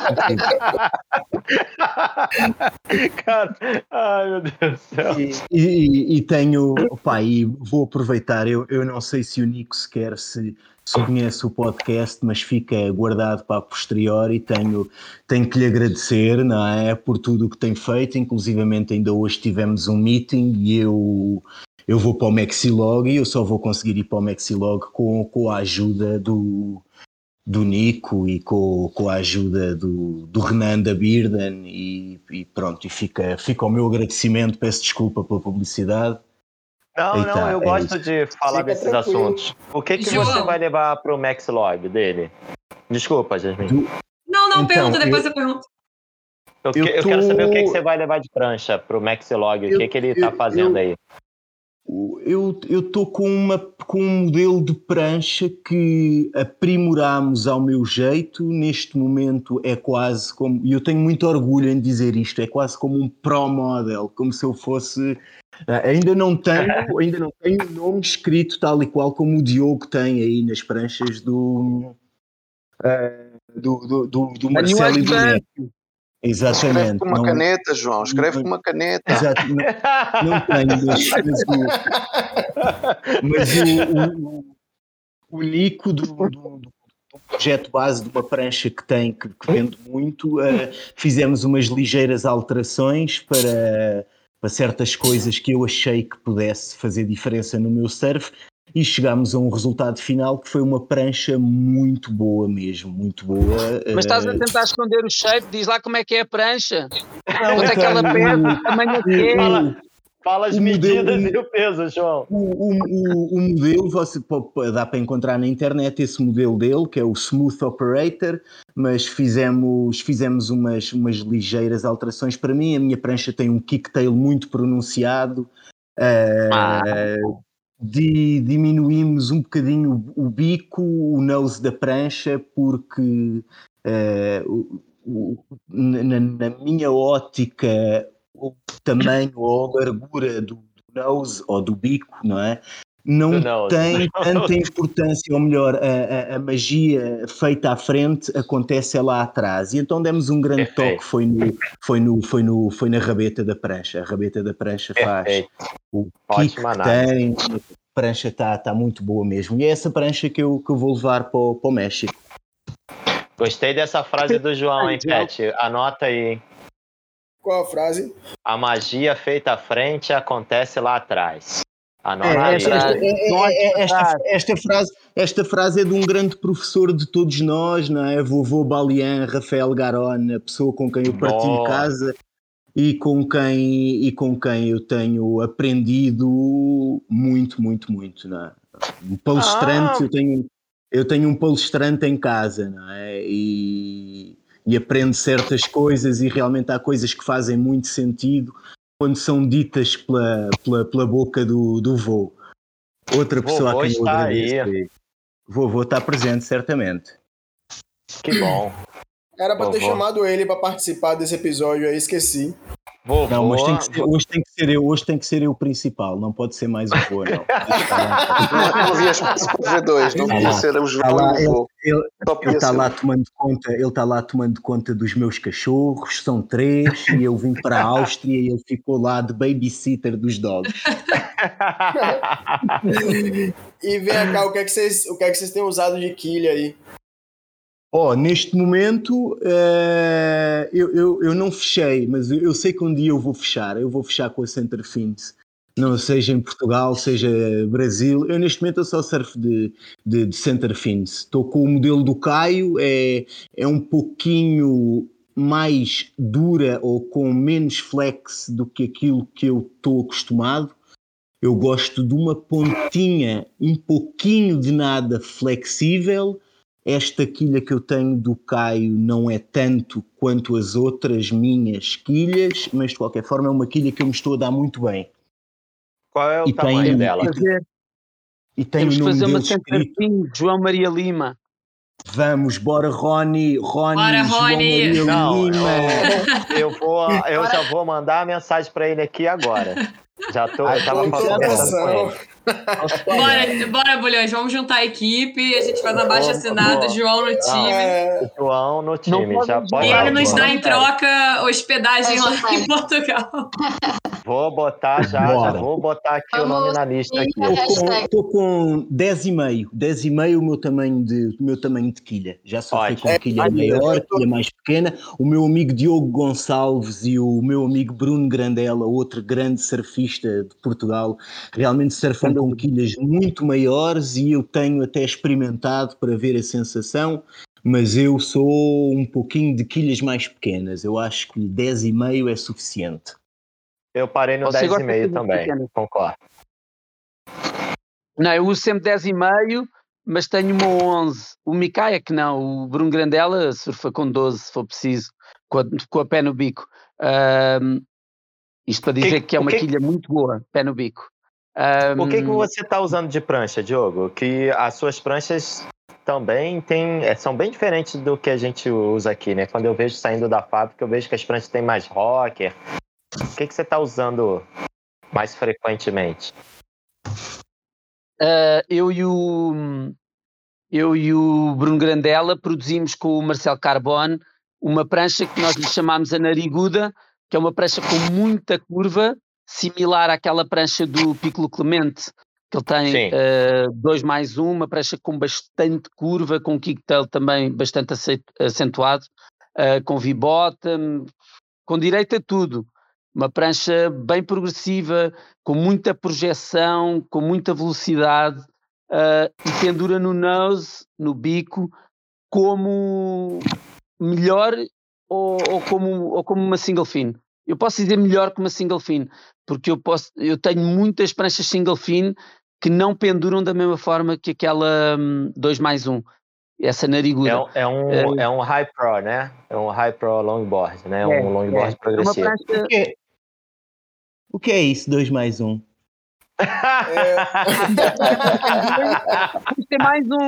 Cara, ai meu Deus do céu. E tenho, e vou aproveitar, eu não sei se o Nico sequer se conhece o podcast, mas fica guardado para a posteriori. Tenho que lhe agradecer, não é, por tudo o que tem feito. Inclusivamente ainda hoje tivemos um meeting e eu vou para o Maxilog, e eu só vou conseguir ir para o Maxilog com a ajuda do do Nico e com a ajuda do Renan da Birden e pronto, e fica o meu agradecimento, peço desculpa pela publicidade. Não, eu gosto de falar Fica desses tranquilo. assuntos. O que João. você vai levar pro Maxlog dele? Desculpa, Jasmine. Não, Então, pergunta, depois eu pergunto. Eu quero saber o que você vai levar de prancha pro Maxlog, o que ele tá fazendo aí. Eu estou com um modelo de prancha que aprimorámos ao meu jeito. Neste momento é quase como, e eu tenho muito orgulho em dizer isto, é quase como um pro model, como se eu fosse. Ainda não tenho o nome escrito tal e qual como o Diogo tem aí nas pranchas do Marcelo e do Neto. Exatamente. Escreve com uma caneta, João. Escreve com uma caneta. Exato. Não tenho, mas o Nico do projeto base de uma prancha que vende muito, fizemos umas ligeiras alterações para certas coisas que eu achei que pudesse fazer diferença no meu surf. E chegámos a um resultado final que foi uma prancha muito boa mesmo, muito boa. Mas estás a tentar esconder o shape, diz lá como é que é a prancha. Não, Quanto é que ela pesa, tamanho que é. Fala as medidas e o peso, João. O modelo, dá para encontrar na internet esse modelo dele, que é o Smooth Operator, mas fizemos umas ligeiras alterações. Para mim, a minha prancha tem um kicktail muito pronunciado. Diminuímos um bocadinho o bico, o nose da prancha, porque na minha ótica o tamanho ou a largura do nose ou do bico, não é? Não tem tanta importância, ou melhor, a magia feita à frente acontece lá atrás. E então demos um grande toque, foi na rabeta da prancha. A rabeta da prancha faz o kick que tem, a prancha está muito boa mesmo. E é essa prancha que eu vou levar para o México. Gostei dessa frase do João, hein, Pet? Anota aí, hein? Qual a frase? A magia feita à frente acontece lá atrás. Esta frase é de um grande professor de todos nós, não é? Vovô Balian, Rafael Garon, a pessoa com quem eu partilho casa e com quem eu tenho aprendido muito, não é? Um palestrante, eu tenho um palestrante em casa, não é? E aprendo certas coisas e realmente há coisas que fazem muito sentido quando são ditas pela boca do vô. Outra pessoa a quem eu agradeço. Vovô está presente, certamente. Que bom. Era para ter chamado ele para participar desse episódio aí, esqueci. Não, mas hoje tem que ser eu o principal, não pode ser mais o vô, não. Não havia espaço para V2, não podia ser o João e o vô. Ele está lá tomando conta dos meus cachorros, são 3, e eu vim para a Áustria e ele ficou lá de babysitter dos dogs. E vem cá, o que é que vocês têm usado de quilha aí? Neste momento eu não fechei, mas eu sei que um dia eu vou fechar com a Center Fins, não seja em Portugal, seja Brasil. Eu neste momento eu só surfo de Center Fins. Estou com o modelo do Caio, é um pouquinho mais dura ou com menos flex do que aquilo que eu estou acostumado. Eu gosto de uma pontinha, um pouquinho de nada flexível. Esta quilha que eu tenho do Caio não é tanto quanto as outras minhas quilhas, mas de qualquer forma é uma quilha que eu me estou a dar muito bem. Qual é o tamanho dela? Temos que fazer uma centerfim, João Maria Lima. Vamos, bora Rony. Bora, Rony. Não, eu já vou mandar a mensagem para ele aqui agora. Eu tava falando. Bora, Bulhões, vamos juntar a equipe, a gente faz uma baixa assinada, João no time. João no time, já pode. E ele nos dá em troca hospedagem lá em Portugal. Vou botar já vou botar aqui o nome na lista aqui. Estou com 10,5. 10,5 o meu tamanho de quilha. Já surfei com quilha maior, quilha mais pequena. O meu amigo Diogo Gonçalves e o meu amigo Bruno Grandela, outro grande surfista de Portugal, realmente surfam com quilhas muito maiores e eu tenho até experimentado para ver a sensação, mas eu sou um pouquinho de quilhas mais pequenas. Eu acho que 10,5 é suficiente. Eu parei no 10,5 também, concordo. Não, eu uso sempre 10,5, mas tenho uma 11. O Mikai é que não, o Bruno Grandela surfa com 12, se for preciso, com a pé no bico. Isto para dizer que é uma quilha muito boa, pé no bico. O que você está usando de prancha, Diogo? Que as suas pranchas também são bem diferentes do que a gente usa aqui, né? Quando eu vejo saindo da fábrica, eu vejo que as pranchas têm mais rocker. O que você está usando mais frequentemente? Eu e o Bruno Grandela produzimos com o Marcelo Carbone uma prancha que nós lhe chamámos a Nariguda, que é uma prancha com muita curva, similar àquela prancha do Piccolo Clemente, que ele tem 2+1, uma prancha com bastante curva, com kicktail também bastante acentuado, com V-bottom, com direito a tudo. Uma prancha bem progressiva, com muita projeção, com muita velocidade, e pendura no nose, no bico, como melhor ou como uma single fin. Eu posso dizer melhor que uma single fin, porque eu tenho muitas pranchas single fin que não penduram da mesma forma que aquela 2+1. Essa nariguda. É um high pro, né? É um high pro longboard, né? Um longboard progressivo. O que é isso, 2+1? Tem mais um.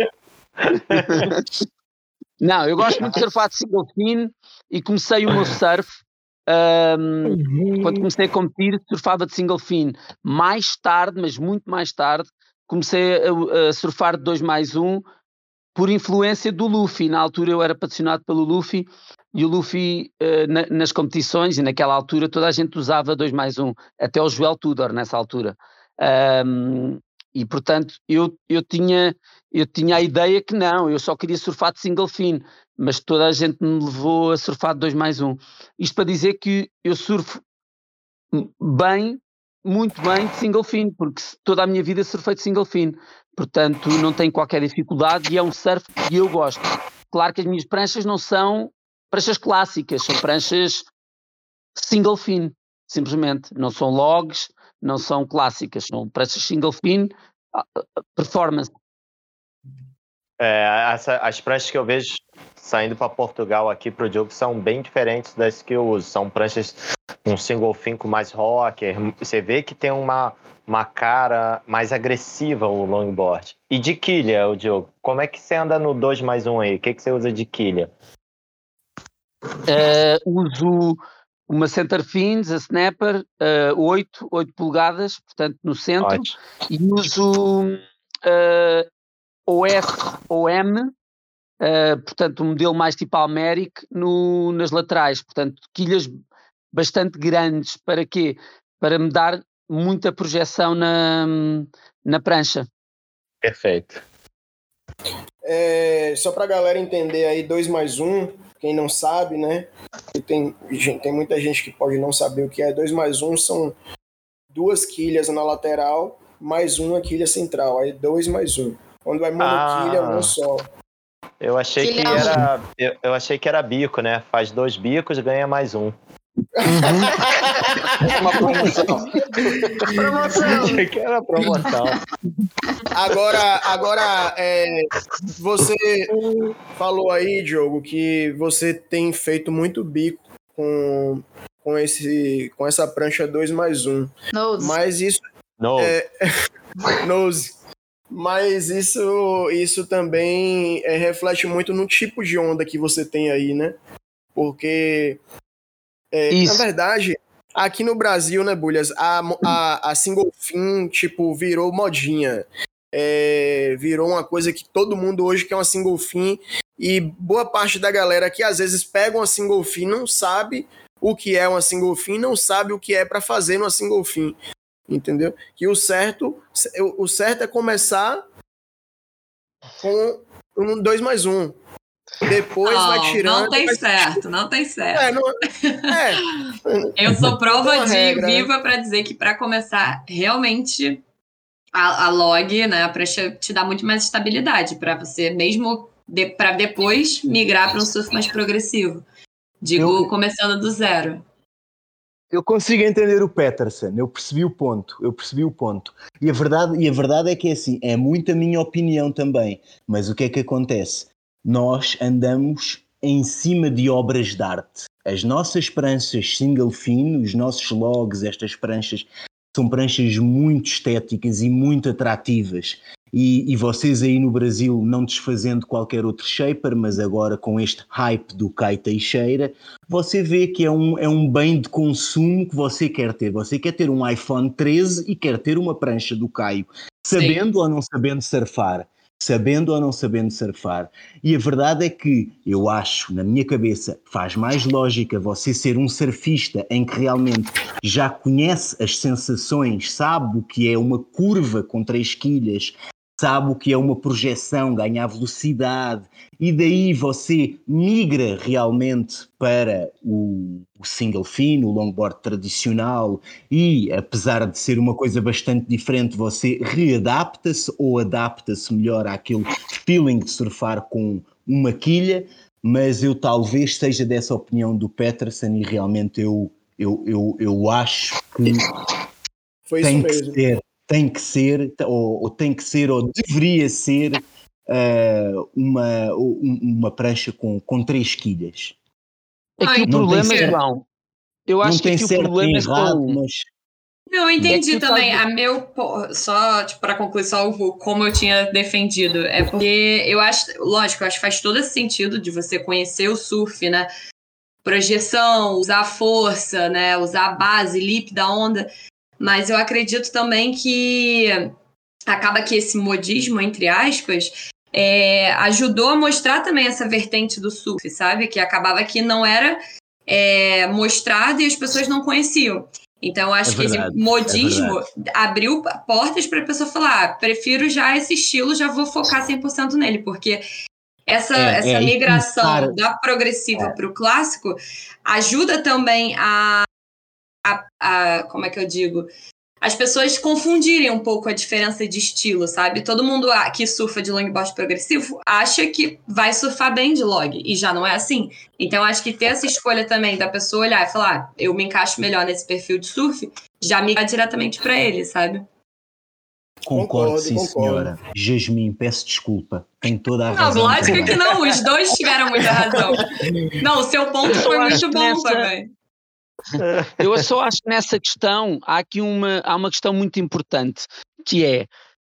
Não, eu gosto muito de surfar de single fin e comecei o meu surf quando comecei a competir, surfava de single fin. Mais tarde, mas muito mais tarde, comecei a surfar de 2+1 por influência do Luffy. Na altura eu era patrocinado pelo Luffy e o Luffy nas competições, e naquela altura toda a gente usava 2+1, até o Joel Tudor nessa altura. E portanto eu tinha a ideia que não, eu só queria surfar de single fin, mas toda a gente me levou a surfar de 2+1. Isto para dizer que eu surfo bem, muito bem de single fin, porque toda a minha vida surfei de single fin, portanto não tenho qualquer dificuldade e é um surf que eu gosto. Claro que as minhas pranchas não são pranchas clássicas, são pranchas single fin, simplesmente, não são logs, não são clássicas, são pranchas single fin, performance. As pranchas que eu vejo saindo para Portugal aqui para o Diogo são bem diferentes das que eu uso. São pranchas um single fin com mais rocker. Você vê que tem uma cara mais agressiva o longboard. E de quilha, o Diogo, como é que você anda no 2+1 aí? O que você usa de quilha? Uso uma center fins, a snapper, 8 polegadas, portanto no centro. Ótimo. E uso OS ou M, portanto um modelo mais tipo Almeric nas laterais, portanto quilhas bastante grandes. Para quê? Para me dar muita projeção na prancha. Perfeito. Só para a galera entender aí, 2+1, quem não sabe, né? Tem muita gente que pode não saber o que é. 2+1 são 2 quilhas na lateral, mais uma quilha central. Aí 2+1. Quando é monoquilha, uma só. Eu achei que era bico, né? Faz 2 bicos, ganha mais um. Uma promoção. Achei que era promoção. Agora você falou aí, Diogo, que você tem feito muito bico com essa prancha 2+1. Nose. Mas isso... Nose. Mas isso também reflete muito no tipo de onda que você tem aí, né? Porque, na verdade, aqui no Brasil, né, Bulhas, a single fin, tipo, virou modinha. Virou uma coisa que todo mundo hoje quer uma single fin, e boa parte da galera que às vezes pega uma single fin não sabe o que é uma single fin, não sabe o que é para fazer numa single fin, entendeu? Que o certo é começar com um 2+1. Depois vai tirando. Não tem certo, não tem certo. É. Eu sou prova viva para dizer que para começar realmente a log, né, a prancha te dá muito mais estabilidade para você mesmo para depois migrar para um surf mais progressivo. Digo, começando do zero. Eu consigo entender o Peterson, eu percebi o ponto. E a verdade é que é assim, é muito a minha opinião também. Mas o que é que acontece? Nós andamos em cima de obras de arte. As nossas pranchas single fin, os nossos logs, estas pranchas, são pranchas muito estéticas e muito atrativas. E vocês aí no Brasil, não desfazendo qualquer outro shaper, mas agora com este hype do Kai Teixeira, você vê que é um bem de consumo que você quer ter. Você quer ter um iPhone 13 e quer ter uma prancha do Caio, sabendo ou não sabendo surfar. E a verdade é que eu acho, na minha cabeça, faz mais lógica você ser um surfista em que realmente já conhece as sensações, sabe o que é uma curva com 3 quilhas, sabe o que é uma projeção, ganhar velocidade, e daí você migra realmente para o single fin, o longboard tradicional, e apesar de ser uma coisa bastante diferente, você readapta-se ou adapta-se melhor àquele feeling de surfar com uma quilha, mas eu talvez seja dessa opinião do Peterson e realmente eu acho que foi isso mesmo. Tem que ser, ou deveria ser uma prancha com 3 quilhas. Aqui o problema, João, eu acho que aqui o problema é errado, mas... Não, eu entendi também. Só para concluir só como eu tinha defendido, é porque eu acho que faz todo esse sentido de você conhecer o surf, né? Projeção, usar a força, né? Usar a base, lip da onda. Mas eu acredito também que acaba que esse modismo, entre aspas, ajudou a mostrar também essa vertente do surf, sabe? Que acabava que não era mostrado e as pessoas não conheciam. Então, eu acho que esse modismo abriu portas para a pessoa falar, prefiro já esse estilo, já vou focar 100% nele, porque essa migração da progressiva para o clássico ajuda também a como é que eu digo? As pessoas confundirem um pouco a diferença de estilo, sabe? Todo mundo que surfa de longboard progressivo acha que vai surfar bem de log, e já não é assim. Então, acho que ter essa escolha também da pessoa olhar e falar, eu me encaixo melhor nesse perfil de surf, já migra diretamente para ele, sabe? Concordo, senhora. Jasmine, peço desculpa. Tem toda a razão. Não, lógico que não. Os dois tiveram muita razão. Não, o seu ponto foi muito bom também. Eu só acho que nessa questão há uma questão muito importante, que é,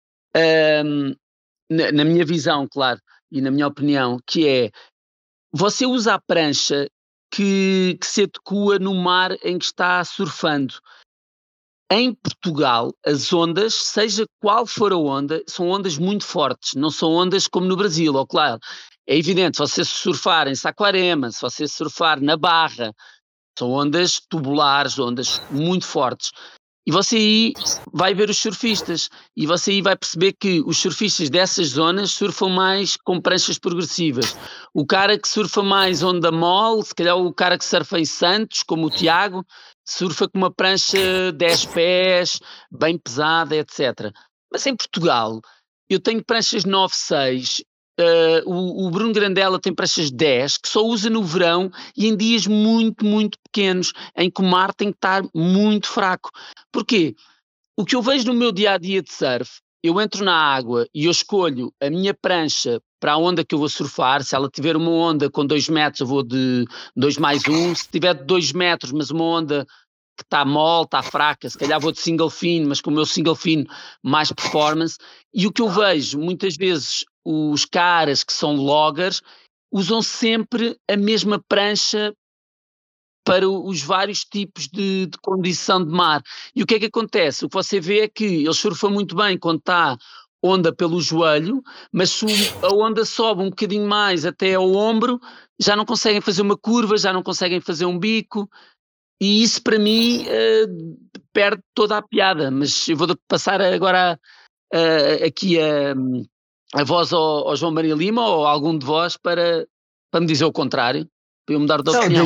na minha visão, claro, e na minha opinião, que é, você usa a prancha que se adequa no mar em que está surfando. Em Portugal, as ondas, seja qual for a onda, são ondas muito fortes, não são ondas como no Brasil, ou claro, é evidente, se você surfar em Saquarema, se você surfar na Barra, são ondas tubulares, ondas muito fortes. E você aí vai ver os surfistas, e você aí vai perceber que os surfistas dessas zonas surfam mais com pranchas progressivas. O cara que surfa mais onda mole, se calhar o cara que surfa em Santos, como o Tiago, surfa com uma prancha 10 pés, bem pesada, etc. Mas em Portugal, eu tenho pranchas 9,6, o Bruno Grandela tem pranchas 10, que só usa no verão e em dias muito, muito pequenos, em que o mar tem que estar muito fraco. Porquê? O que eu vejo no meu dia-a-dia de surf, eu entro na água e eu escolho a minha prancha para a onda que eu vou surfar. Se ela tiver uma onda com 2 metros, eu vou de 2+1. Se tiver de 2 metros, mas uma onda que está mole, está fraca, se calhar vou de single fin, mas com o meu single fin mais performance. E o que eu vejo, muitas vezes, os caras que são loggers usam sempre a mesma prancha para os vários tipos de condição de mar. E o que é que acontece? O que você vê é que eles surfam muito bem quando está onda pelo joelho, mas se a onda sobe um bocadinho mais até ao ombro, já não conseguem fazer uma curva, já não conseguem fazer um bico. e isso para mim perde toda a piada. Mas eu vou passar agora aqui a voz ao João Maria Lima ou a algum de vós para me dizer o contrário, para eu mudar de opinião.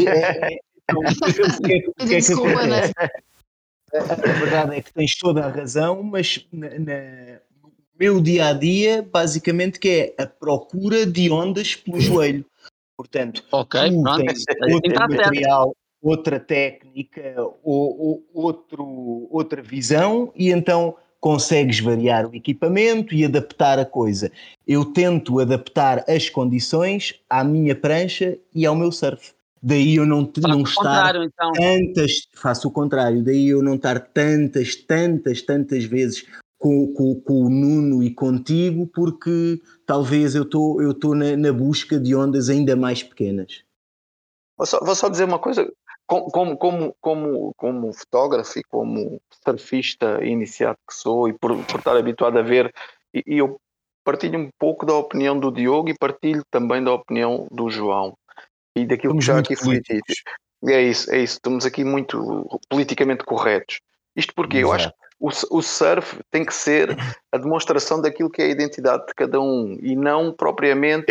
Desculpa, né? A verdade é que tens toda a razão, mas no meu dia-a-dia, basicamente, que é a procura de ondas pelo joelho. Portanto, tu tens outro material, outra técnica, ou outra visão, e então consegues variar o equipamento e adaptar a coisa. Eu tento adaptar as condições à minha prancha e ao meu surf. Daí eu não estar faço o contrário, daí eu não estar tantas vezes com o Nuno e contigo, porque talvez eu estou na busca de ondas ainda mais pequenas. Vou só dizer uma coisa, como fotógrafo e como surfista iniciado que sou, e por estar habituado a ver, e eu partilho um pouco da opinião do Diogo e partilho também da opinião do João. E daquilo que já aqui foi dito. É isso. Estamos aqui muito politicamente corretos. Isto porque eu acho que o surf tem que ser a demonstração daquilo que é a identidade de cada um e não propriamente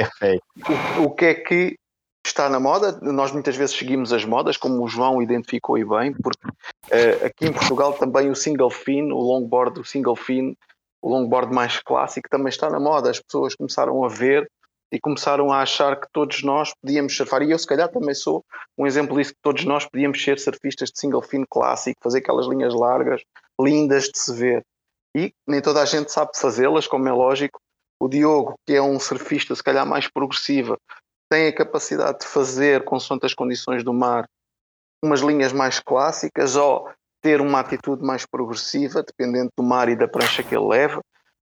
o que é que está na moda. Nós muitas vezes seguimos as modas, como o João identificou e bem, porque aqui em Portugal também o single fin, o longboard, o longboard mais clássico também está na moda. As pessoas começaram a ver e começaram a achar que todos nós podíamos surfar, e eu se calhar também sou um exemplo disso, que todos nós podíamos ser surfistas de single fin clássico, fazer aquelas linhas largas, lindas de se ver, e nem toda a gente sabe fazê-las, como é lógico. O Diogo, que é um surfista se calhar mais progressiva, tem a capacidade de fazer, consoante as condições do mar, umas linhas mais clássicas, ou ter uma atitude mais progressiva, dependendo do mar e da prancha que ele leva.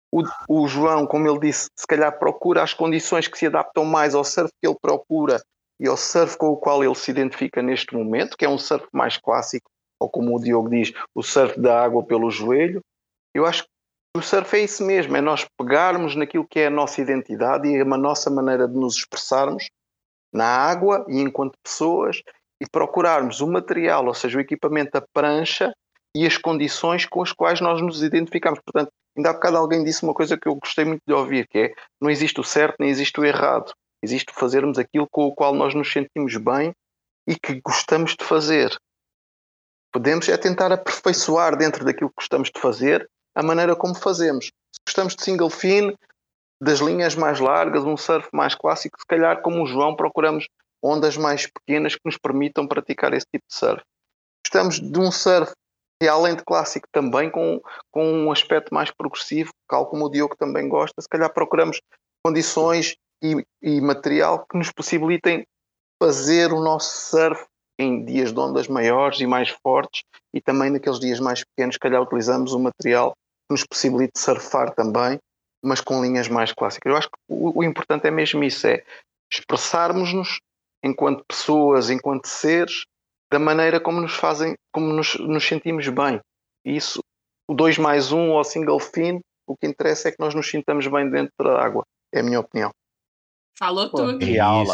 O João, como ele disse, se calhar procura as condições que se adaptam mais ao surf que ele procura e ao surf com o qual ele se identifica neste momento, que é um surf mais clássico, ou como o Diogo diz, o surf da água pelo joelho. Eu acho que o surf é isso mesmo, é nós pegarmos naquilo que é a nossa identidade e a nossa maneira de nos expressarmos na água e enquanto pessoas, e procurarmos o material, ou seja, o equipamento, a prancha e as condições com as quais nós nos identificamos. Portanto, ainda há bocado alguém disse uma coisa que eu gostei muito de ouvir, que é: não existe o certo nem existe o errado. Existe fazermos aquilo com o qual nós nos sentimos bem e que gostamos de fazer. Podemos tentar aperfeiçoar dentro daquilo que gostamos de fazer a maneira como fazemos. Se gostamos de single fin, das linhas mais largas, um surf mais clássico, se calhar como o João procuramos ondas mais pequenas que nos permitam praticar esse tipo de surf. Gostamos de um surf e além de clássico também com um aspecto mais progressivo, tal como o Diogo também gosta, se calhar procuramos condições e material que nos possibilitem fazer o nosso surf em dias de ondas maiores e mais fortes, e também naqueles dias mais pequenos, se calhar utilizamos um material que nos possibilite surfar também, mas com linhas mais clássicas. Eu acho que o importante é mesmo isso, é expressarmos-nos enquanto pessoas, enquanto seres, da maneira como nos fazem, como nos sentimos bem. E isso, o 2+1 ou single fin, o que interessa é que nós nos sintamos bem dentro da água. É a minha opinião. Falou tudo. Que aula,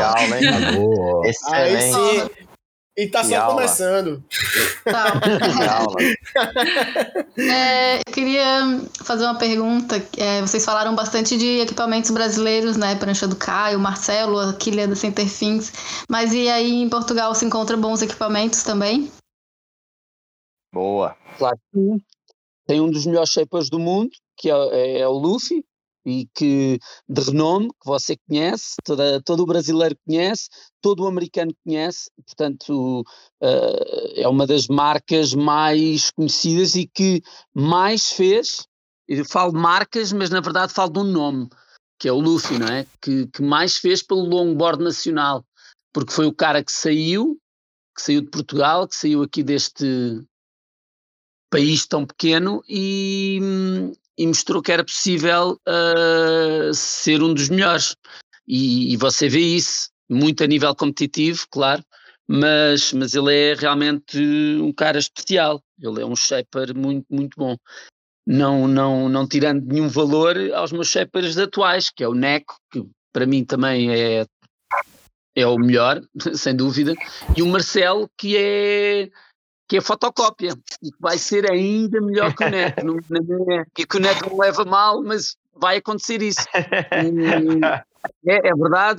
hein? Excelente. E tá só começando. Tá. Queria fazer uma pergunta. Vocês falaram bastante de equipamentos brasileiros, né? Prancha do Caio, Marcelo, a quilha da Centerfins. Mas e aí em Portugal se encontra bons equipamentos também? Boa. Claro que sim. Tem um dos melhores shapers do mundo, que é o Luffy, e que de renome, que você conhece, todo o brasileiro conhece, todo o americano conhece, portanto é uma das marcas mais conhecidas e que mais fez, eu falo marcas, mas na verdade falo de um nome, que é o Luffy, não é? Que mais fez pelo longboard nacional, porque foi o cara que saiu de Portugal, que saiu aqui deste país tão pequeno e mostrou que era possível ser um dos melhores. E você vê isso muito a nível competitivo, claro, mas ele é realmente um cara especial. Ele é um shaper muito, muito bom. Não tirando nenhum valor aos meus shapers atuais, que é o Neco, que para mim também é é o melhor, sem dúvida, e o Marcelo, que é fotocópia, e que vai ser ainda melhor que o Neto, e que o Neto não leva mal, mas vai acontecer isso. É verdade,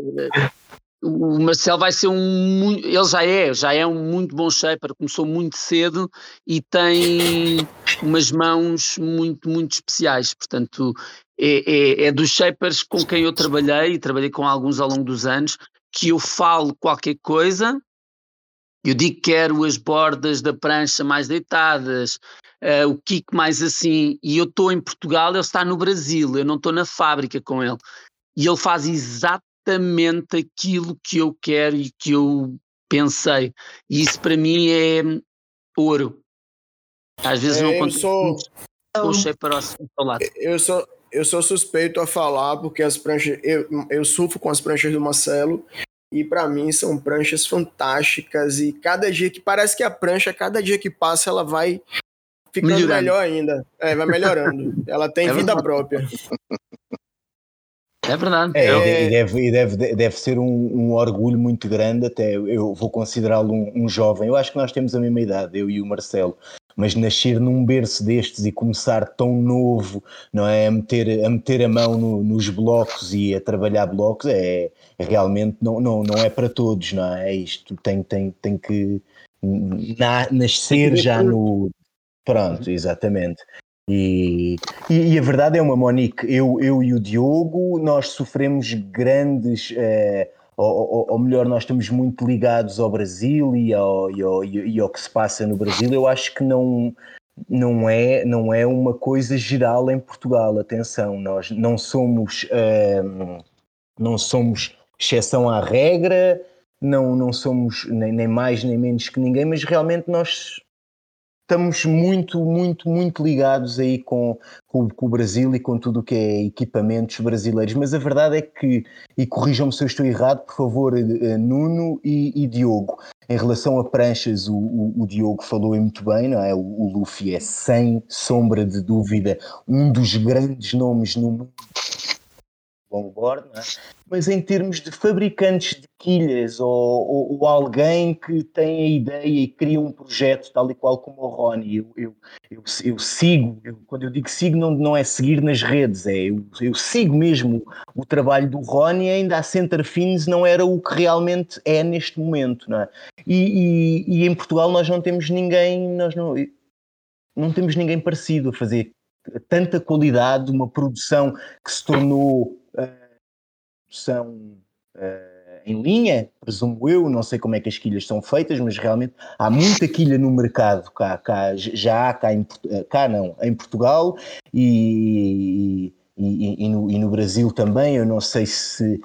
o Marcelo vai ser ele já é um muito bom shaper, começou muito cedo e tem umas mãos muito, muito especiais, portanto é dos shapers com quem eu trabalhei, e trabalhei com alguns ao longo dos anos, que eu falo qualquer coisa, eu digo que quero as bordas da prancha mais deitadas, o kick mais assim, e eu estou em Portugal, ele está no Brasil, eu não estou na fábrica com ele, e ele faz exatamente aquilo que eu quero e que eu pensei, e isso para mim é ouro. Às vezes não acontece com o shaper ao lado. Eu sou suspeito a falar, porque as pranchas, eu surfo com as pranchas do Marcelo, e para mim são pranchas fantásticas, e cada dia que parece que a prancha, cada dia que passa, ela vai ficando melhor ainda. Vai melhorando. Ela tem vida própria. É verdade. E deve ser um orgulho muito grande, até eu vou considerá-lo um jovem. Eu acho que nós temos a mesma idade, eu e o Marcelo, mas nascer num berço destes e começar tão novo, não é? A meter a mão nos blocos e a trabalhar blocos, realmente não é para todos, não é? Isto tem que nascer já no... Pronto, exatamente. E a verdade é Monique, eu e o Diogo, nós sofremos grandes, ou melhor, nós estamos muito ligados ao Brasil e ao que se passa no Brasil. Eu acho que não é uma coisa geral em Portugal, atenção, nós não somos exceção à regra, não somos nem mais nem menos que ninguém, mas realmente nós estamos muito, muito, muito ligados aí com o Brasil e com tudo o que é equipamentos brasileiros, mas a verdade é que, e corrijam-me se eu estou errado, por favor, Nuno e Diogo, em relação a pranchas, o Diogo falou muito bem, não é? O Luffy é, sem sombra de dúvida, um dos grandes nomes no mundo longboard, não é? Mas em termos de fabricantes de quilhas ou alguém que tem a ideia e cria um projeto tal e qual como o Ronnie, eu sigo, quando eu digo sigo não é seguir nas redes, eu sigo mesmo o trabalho do Ronnie, ainda a Center Fins não era o que realmente é neste momento, não é? E em Portugal nós não temos ninguém, não temos ninguém parecido a fazer tanta qualidade, uma produção que se tornou produção em linha, presumo eu, não sei como é que as quilhas são feitas, mas realmente há muita quilha no mercado em Portugal e no Brasil também. Eu não sei se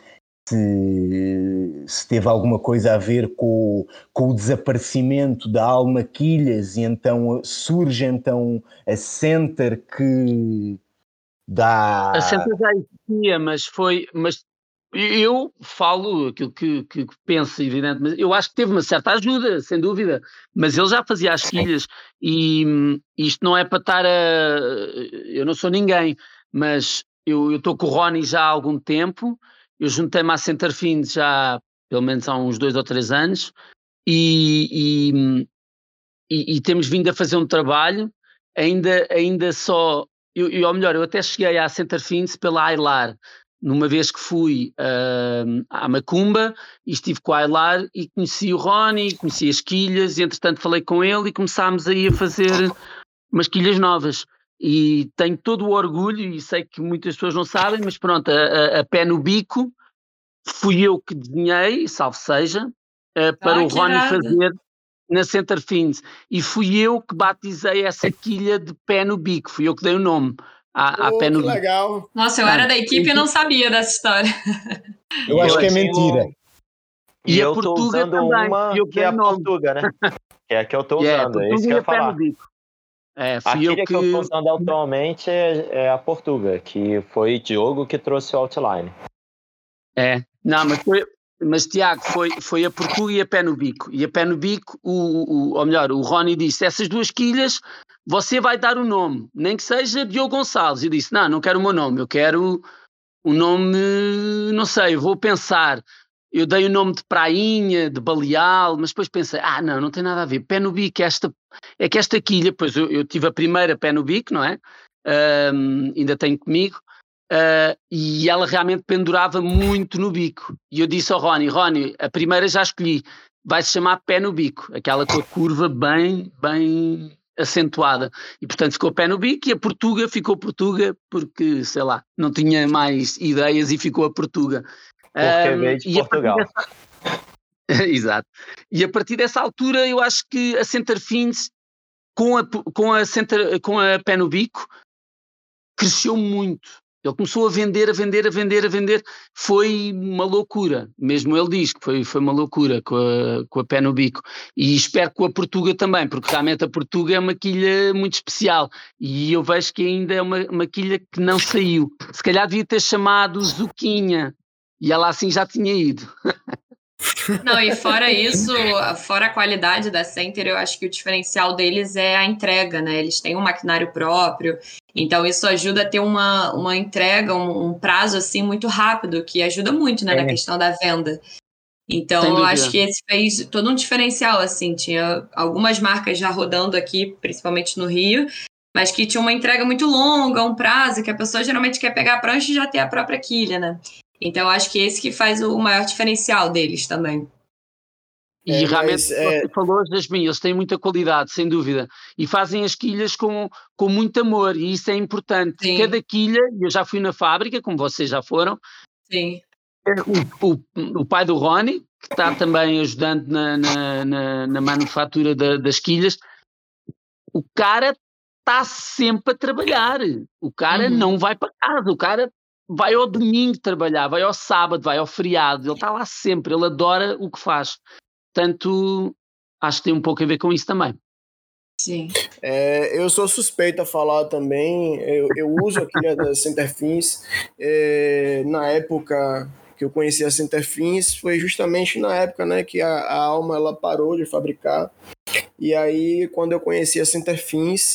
teve alguma coisa a ver com o desaparecimento da Alma Quilhas, e então surge a Center, que dá... A Center já existia, mas eu falo aquilo que penso, evidentemente. Eu acho que teve uma certa ajuda, sem dúvida, mas ele já fazia as quilhas, e isto não é para estar eu não sou ninguém, mas eu estou com o Ronnie já há algum tempo. Eu juntei-me à Center Fins já pelo menos há uns 2 ou 3 anos, e temos vindo a fazer um trabalho, ainda só... ou melhor, eu até cheguei à Center Fins pela Ailar, numa vez que fui à Macumba, e estive com a Ailar e conheci o Ronnie, conheci as quilhas, e entretanto falei com ele e começámos aí a fazer umas quilhas novas. E tenho todo o orgulho, e sei que muitas pessoas não sabem, mas pronto, a Pé no Bico fui eu que desenhei, salvo seja, para o Ronnie fazer na Center Fins, e fui eu que batizei essa quilha de Pé no Bico, fui eu que dei o nome à Pé no Bico. Legal. Nossa, eu era da equipe e não sabia dessa história. Eu acho que é mentira. E eu Portuga tô usando também, uma que é a Portuga, né? Que é a que eu tô usando, é isso que eu ia falar. A quilha que eu tô usando atualmente é a Portuga, que foi Diogo que trouxe o outline. Não, mas Tiago, foi a Portuga e a Pé no Bico. E a Pé no Bico, ou melhor, o Ronnie disse: essas 2 quilhas você vai dar o nome, nem que seja Diogo Gonçalves. Eu disse: não quero o meu nome, eu quero o nome, não sei, vou pensar. eu dei o nome de Prainha, de Baleal, mas depois pensei, não tem nada a ver. Pé no bico, é que esta quilha, pois eu tive a primeira pé no bico, não é? Ainda tenho comigo, e ela realmente pendurava muito no bico. E eu disse ao Rony, a primeira já escolhi, vai-se chamar pé no bico, aquela com a curva bem acentuada. E portanto ficou pé no bico, e a Portuga ficou Portuga porque, sei lá, não tinha mais ideias e ficou a Portuga. Porque veio de Portugal. Exato. E a partir dessa altura eu acho que a Centerfins com a pé no bico cresceu muito. Ele começou a vender, foi uma loucura, mesmo ele diz que foi uma loucura com a pé no bico, e espero que com a Portuga também, porque realmente a Portuga é uma quilha muito especial, e eu vejo que ainda é uma quilha que não saiu, se calhar devia ter chamado Zuquinha, e ela assim já tinha ido. Não, e fora isso, fora a qualidade da Center, eu acho que o diferencial deles é a entrega, né? Eles têm um maquinário próprio, então isso ajuda a ter uma entrega, um prazo assim muito rápido, que ajuda muito, né, na questão da venda. Então eu acho que esse fez todo um diferencial, assim, tinha algumas marcas já rodando aqui, principalmente no Rio, mas que tinha uma entrega muito longa, um prazo, que a pessoa geralmente quer pegar a prancha e já ter a própria quilha, né? Então, acho que esse que faz o maior diferencial deles também. E realmente, você falou, Jasmin, eles têm muita qualidade, sem dúvida, e fazem as quilhas com muito amor, e isso é importante. Sim. Cada quilha, eu já fui na fábrica, como vocês já foram. Sim. O pai do Rony, que está também ajudando na manufatura das quilhas, o cara está sempre a trabalhar, o cara não vai para casa, o cara vai ao domingo trabalhar, vai ao sábado, vai ao feriado, ele está lá sempre, ele adora o que faz. Portanto, acho que tem um pouco a ver com isso também. Sim. Eu sou suspeito a falar também, eu uso a quilha da Centerfins. Na época que eu conheci a Centerfins, foi justamente na época, né, que a Alma ela parou de fabricar, e aí quando eu conheci a Centerfins,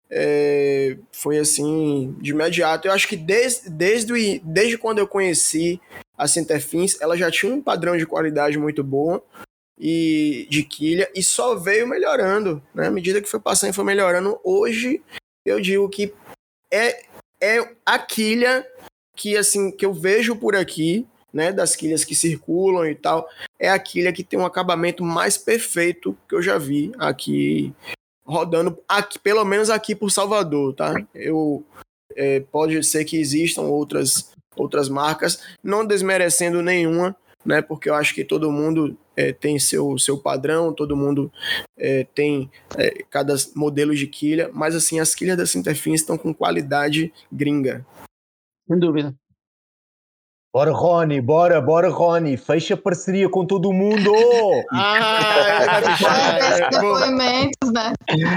foi assim, de imediato. Eu acho que desde quando eu conheci a Centerfins, ela já tinha um padrão de qualidade muito bom e de quilha, e só veio melhorando, né? À medida que foi passando e foi melhorando, hoje eu digo que é a quilha que, assim, que eu vejo por aqui, né, das quilhas que circulam e tal, é a quilha que tem um acabamento mais perfeito que eu já vi aqui rodando, aqui, pelo menos aqui por Salvador, tá? Pode ser que existam outras marcas, não desmerecendo nenhuma, né? Porque eu acho que todo mundo tem seu padrão, todo mundo tem cada modelo de quilha, mas assim, as quilhas da Centerfins estão com qualidade gringa. Sem dúvida. Bora, Rony, fecha parceria com todo mundo! Depoimentos, né?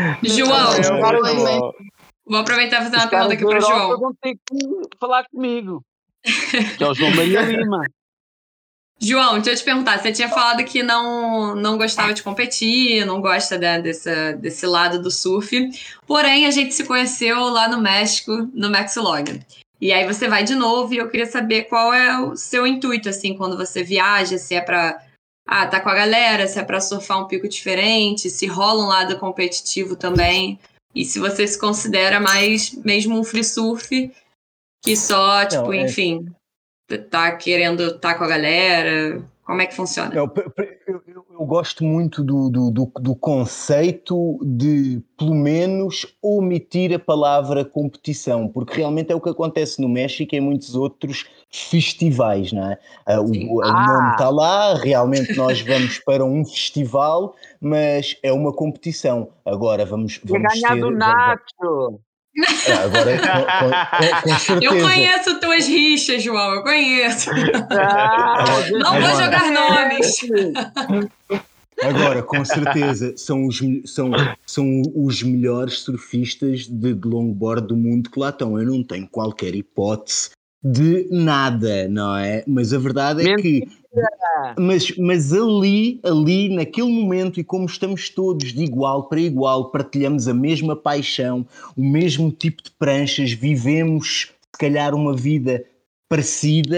João, vou aproveitar e fazer uma pergunta aqui para o João. Vão ter que falar comigo, que é o João Maria Lima. João, deixa eu te perguntar, você tinha falado que não gostava de competir, não gosta desse lado do surf, porém a gente se conheceu lá no México, no Maxilog. E aí você vai de novo e eu queria saber qual é o seu intuito, assim, quando você viaja, se é pra tá com a galera, se é pra surfar um pico diferente, se rola um lado competitivo também, e se você se considera mais mesmo um free surf, que só, tipo, enfim, tá querendo estar com a galera, como é que funciona? Eu gosto muito do conceito de, pelo menos, omitir a palavra competição, porque realmente é o que acontece no México e em muitos outros festivais, não é? O nome está lá, realmente nós vamos para um festival, mas é uma competição. Agora vamos ganhar do Nacho! Agora, com certeza. Eu conheço tuas rixas, João, eu conheço. Não vou jogar nomes. Agora, com certeza, são os melhores surfistas de longboard do mundo que lá estão. Eu não tenho qualquer hipótese de nada, não é? Mas a verdade é que... Mas ali, naquele momento, e como estamos todos de igual para igual, partilhamos a mesma paixão, o mesmo tipo de pranchas, vivemos, se calhar, uma vida parecida,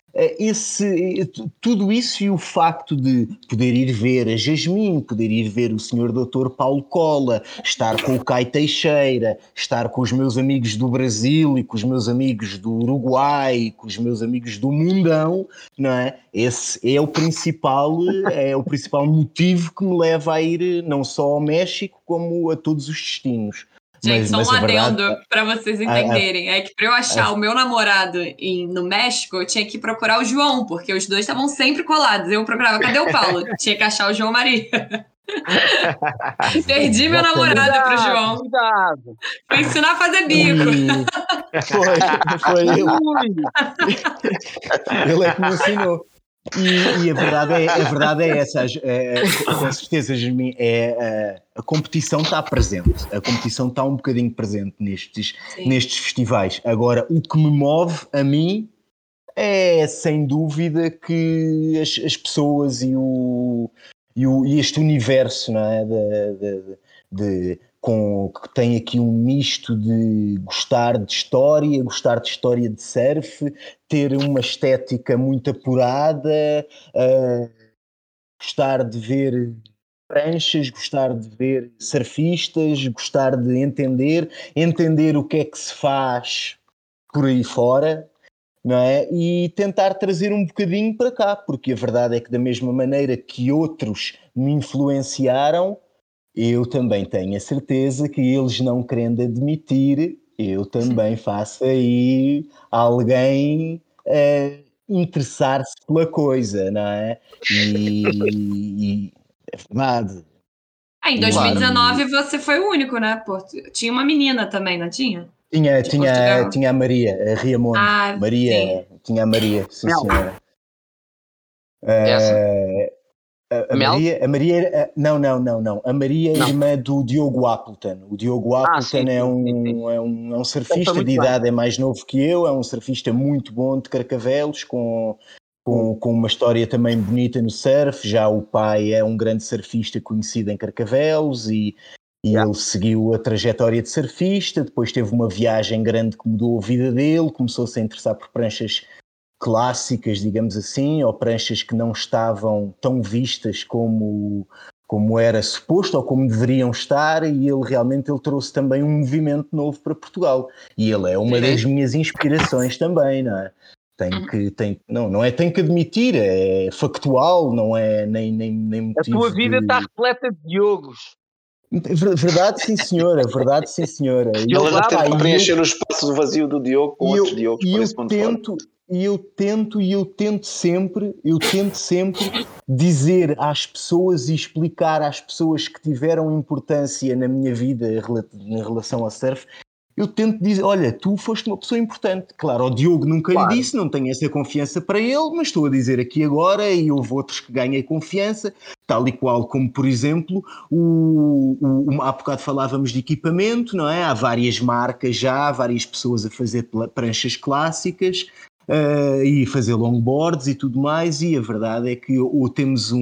tudo isso e o facto de poder ir ver a Jasmine, poder ir ver o Sr. Dr. Paulo Cola, estar com o Caio Teixeira, estar com os meus amigos do Brasil e com os meus amigos do Uruguai e com os meus amigos do Mundão, não é? Esse é o principal motivo que me leva a ir não só ao México como a todos os destinos. Gente, só um adendo para vocês entenderem. É que para eu achar o meu namorado no México, eu tinha que procurar o João, porque os dois estavam sempre colados. Eu procurava, cadê o Paulo? Tinha que achar o João Maria. Perdi meu namorado pro João. Cuidado. Foi ensinar a fazer bico. Foi ele. Ele é que me ensinou. E a verdade é essa, com certeza, Jasmine, a competição está presente, a competição está um bocadinho presente nestes festivais. Agora, o que me move a mim é, sem dúvida, que as pessoas e este universo, não é? Que tem aqui um misto de gostar de história de surf, ter uma estética muito apurada, gostar de ver pranchas, gostar de ver surfistas, gostar de entender o que é que se faz por aí fora, não é? E tentar trazer um bocadinho para cá, porque a verdade é que da mesma maneira que outros me influenciaram, eu também tenho a certeza que eles, não querendo admitir, eu também faço aí alguém interessar-se pela coisa, não é? E é verdade. Em 2019 você foi o único, né? Pô, tinha uma menina também, não tinha? Tinha a Maria, a Riamonde. Tinha a Maria, sim senhora. A Maria, não. A Maria é irmã do Diogo Appleton. O Diogo Appleton é um surfista de idade, é mais novo que eu, é um surfista muito bom de Carcavelos, com uma história também bonita no surf. Já o pai é um grande surfista conhecido em Carcavelos e ele seguiu a trajetória de surfista, depois teve uma viagem grande que mudou a vida dele, começou-se a interessar por pranchas clássicas, digamos assim, ou pranchas que não estavam tão vistas como era suposto ou como deveriam estar, e ele trouxe também um movimento novo para Portugal. E ele é uma das minhas inspirações também, não é? Não é tenho que admitir, é factual, não é nem motivo. A tua vida está repleta de Diogos. Verdade, sim, senhora. Ela já teve que preencher o espaço do vazio do Diogo com outros Diogos. Eu tento sempre dizer às pessoas e explicar às pessoas que tiveram importância na minha vida em relação ao surf. Eu tento dizer, olha, tu foste uma pessoa importante. Claro, o Diogo nunca lhe disse, não tenho essa confiança para ele, mas estou a dizer aqui agora, e houve outros que ganhei confiança, tal e qual como, por exemplo, há bocado falávamos de equipamento, não é? Há várias marcas já, há várias pessoas a fazer pranchas clássicas, e fazer longboards e tudo mais, e a verdade é que ou temos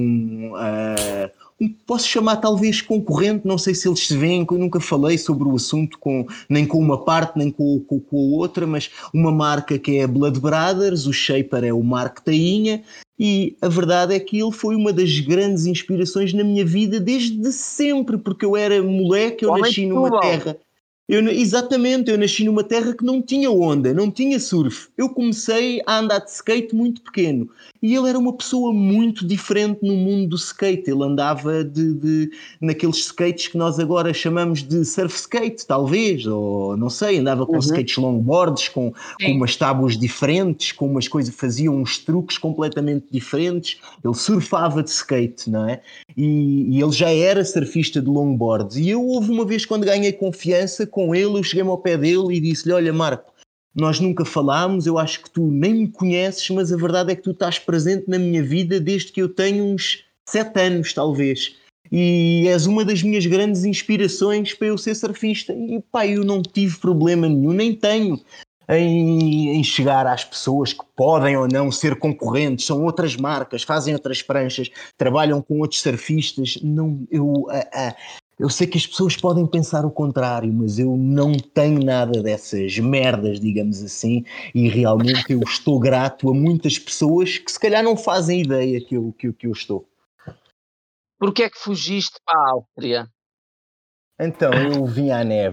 posso chamar talvez concorrente, não sei se eles se veem, eu nunca falei sobre o assunto nem com uma parte nem com a outra, mas uma marca que é a Blood Brothers, o shaper é o Marco Tainha, e a verdade é que ele foi uma das grandes inspirações na minha vida desde sempre, porque eu era moleque, eu nasci numa terra... Exatamente, eu nasci numa terra que não tinha onda, não tinha surf. Eu comecei a andar de skate muito pequeno e ele era uma pessoa muito diferente no mundo do skate. Ele andava naqueles skates que nós agora chamamos de surf skate, talvez, ou não sei, andava com skates longboards, com umas tábuas diferentes, com umas coisas, fazia uns truques completamente diferentes. Ele surfava de skate, não é? E ele já era surfista de longboards. E houve uma vez quando ganhei confiança com ele, eu cheguei-me ao pé dele e disse-lhe, olha Marco, nós nunca falámos, eu acho que tu nem me conheces, mas a verdade é que tu estás presente na minha vida desde que eu tenho uns 7 anos, talvez. E és uma das minhas grandes inspirações para eu ser surfista. E pá, eu não tive problema nenhum, nem tenho em chegar às pessoas que podem ou não ser concorrentes, são outras marcas, fazem outras pranchas, trabalham com outros surfistas. Eu sei que as pessoas podem pensar o contrário, mas eu não tenho nada dessas merdas, digamos assim, e realmente eu estou grato a muitas pessoas que se calhar não fazem ideia que eu estou. Porquê é que fugiste para a Áustria? Então, eu vim à neve.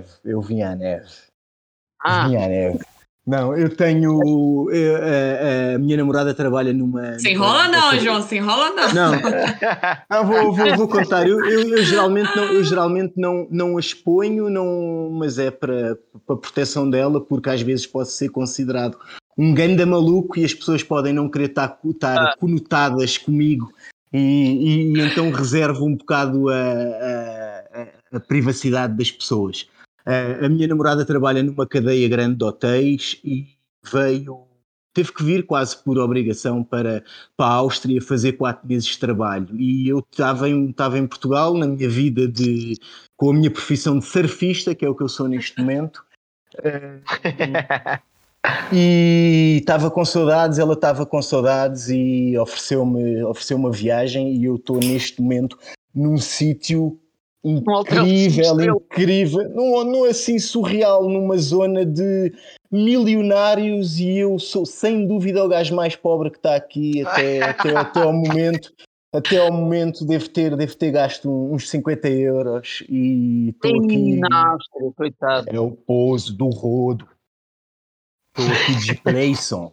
Ah, Vim à neve. Não, eu tenho. A minha namorada trabalha numa. Se enrola não, João, se enrola não. Vou contar. Eu geralmente não a exponho, mas é para proteção dela, porque às vezes posso ser considerado um ganda maluco e as pessoas podem não querer estar conotadas comigo e então reservo um bocado a privacidade das pessoas. A minha namorada trabalha numa cadeia grande de hotéis e teve que vir quase por obrigação para a Áustria fazer 4 meses de trabalho. E eu estava em Portugal, na minha vida com a minha profissão de surfista, que é o que eu sou neste momento. E estava com saudades, ela estava com saudades e ofereceu-me uma viagem e eu estou neste momento num sítio incrível, não assim surreal, numa zona de milionários e eu sou sem dúvida o gajo mais pobre que está aqui até ao momento. Até ao momento devo ter gasto uns 50 euros e estou aqui. Na Áustria, coitado. É o pouso do rodo. Estou aqui de Playson.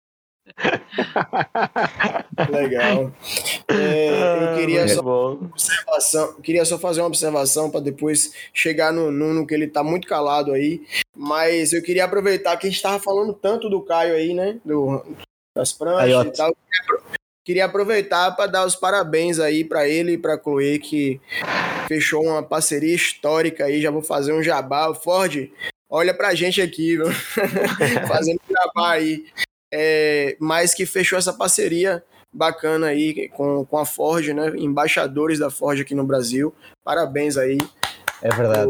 Legal. Eu queria só fazer uma observação para depois chegar no que ele tá muito calado aí. Mas eu queria aproveitar que a gente estava falando tanto do Caio aí, né? Das pranchas e tal. Queria aproveitar para dar os parabéns aí para ele e para a Chloe, que fechou uma parceria histórica aí. Já vou fazer um jabá. O Ford, olha pra gente aqui, viu? Fazendo jabá aí. Mas que fechou essa parceria bacana aí com a Ford, né? Embaixadores da Ford aqui no Brasil. Parabéns aí. É verdade.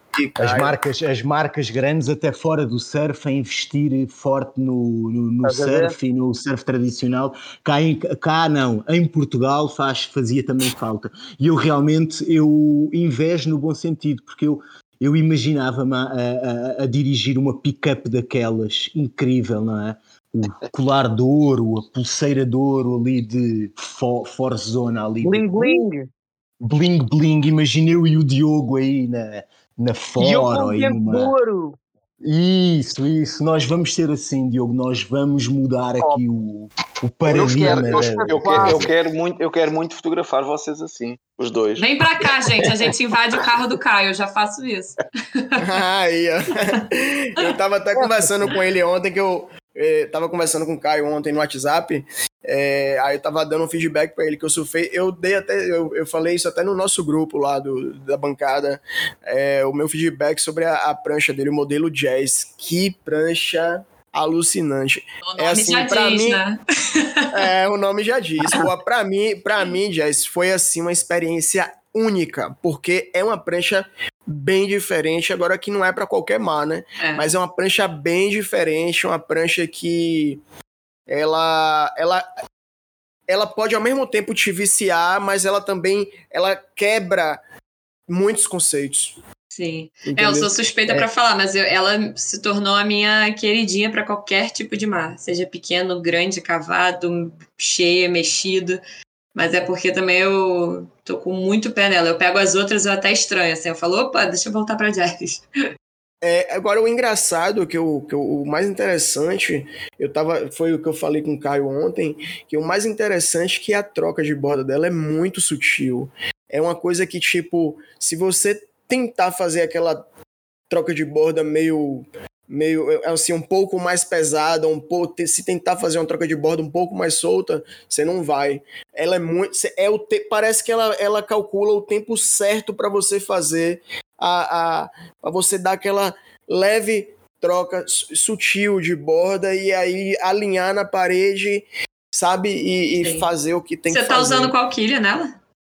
As marcas grandes até fora do surf a investir forte no surf e no surf tradicional. Cá não, em Portugal fazia também falta. E eu realmente invejo no bom sentido, porque eu imaginava-me a dirigir uma pick-up daquelas, incrível, não é? O colar de ouro, a pulseira de ouro ali de Forzona ali. Bling bling. Bling bling, imagina eu e o Diogo aí na Fora. Ouro. Isso, nós vamos ser assim, Diogo, nós vamos mudar aqui o paradigma. Eu quero muito fotografar vocês assim, os dois. Vem pra cá, gente, a gente invade o carro do Caio, eu já faço isso. Aí, ó. Eu tava até conversando com ele ontem, tava conversando com o Caio ontem no WhatsApp, aí eu tava dando um feedback pra ele que eu surfei, eu falei isso até no nosso grupo lá da bancada, o meu feedback sobre a prancha dele, o modelo Jazz. Que prancha alucinante. O nome assim, já diz, mim, né? O nome já diz. Pra mim, Jazz, foi assim uma experiência única, porque é uma prancha bem diferente, agora que não é para qualquer mar, né? Mas é uma prancha bem diferente, uma prancha que ela pode ao mesmo tempo te viciar, mas ela quebra muitos conceitos. Sim. Eu sou suspeita para falar, mas ela se tornou a minha queridinha para qualquer tipo de mar, seja pequeno, grande, cavado, cheio, mexido. Mas é porque também eu tô com muito pé nela. Eu pego as outras, eu até estranho, assim. Eu falo, opa, deixa eu voltar pra Jazz. Agora, o engraçado, o mais interessante, foi o que eu falei com o Caio ontem, que o mais interessante é que a troca de borda dela é muito sutil. É uma coisa que, tipo, se você tentar fazer aquela troca de borda meio assim, um pouco mais pesada, se tentar fazer uma troca de borda um pouco mais solta, você não vai. Ela é muito, parece que ela calcula o tempo certo para você fazer para você dar aquela leve troca sutil de borda e aí alinhar na parede, sabe, e fazer o que tem que fazer. Você tá usando qual quilha nela?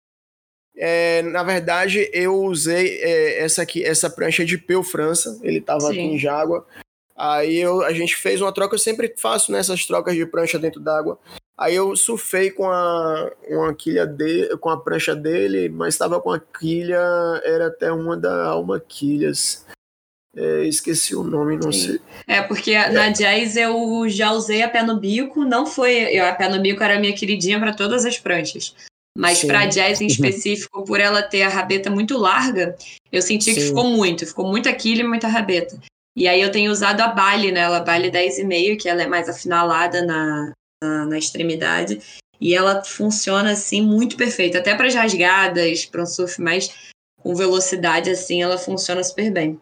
Na verdade, eu usei essa prancha de Peu França. Ele estava aqui em Jágua. Aí a gente fez uma troca, eu sempre faço nessas trocas de prancha dentro d'água. Aí eu surfei com uma quilha dele, com a prancha dele, mas estava com a quilha, era até uma da Alma Quilhas. Esqueci o nome, não sei. Porque na Jazz eu já usei a pé no bico, não foi. A pé no bico era a minha queridinha para todas as pranchas. Mas para Jazz em específico, por ela ter a rabeta muito larga, eu senti que ficou muita quilha e muita rabeta. E aí eu tenho usado a Bali nela, a Bali 10,5, que ela é mais afinalada na extremidade. E ela funciona assim muito perfeita. Até para as rasgadas, para um surf mais com velocidade, assim, ela funciona super bem.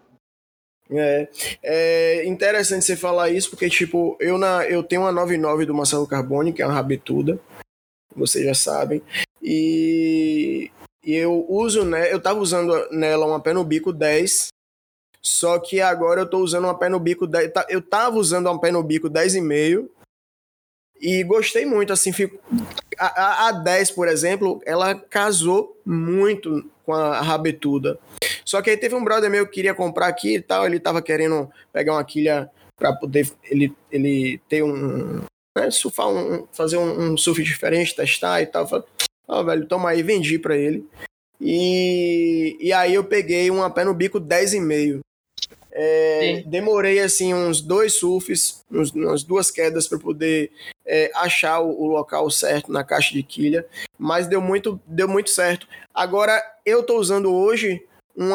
É interessante você falar isso, porque tipo, eu tenho uma 99 do Marcelo Carbone, que é uma rabetuda, vocês já sabem, e eu uso, né? Eu tava usando nela uma pé no bico 10, só que agora eu tô usando uma pé no bico 10, eu tava usando uma pé no bico 10,5 e gostei muito, assim, a 10, por exemplo, ela casou muito com a rabetuda. Só que aí teve um brother meu que queria comprar aqui e tal, ele tava querendo pegar uma quilha para poder ele ter surfar, fazer um surf diferente, testar e tal. Falei, velho, toma aí, vendi para ele. E aí eu peguei uma pé no bico 10,5. Demorei assim uns 2 surfs, umas 2 quedas para poder achar o local certo na caixa de quilha, mas deu muito certo. Agora eu tô usando hoje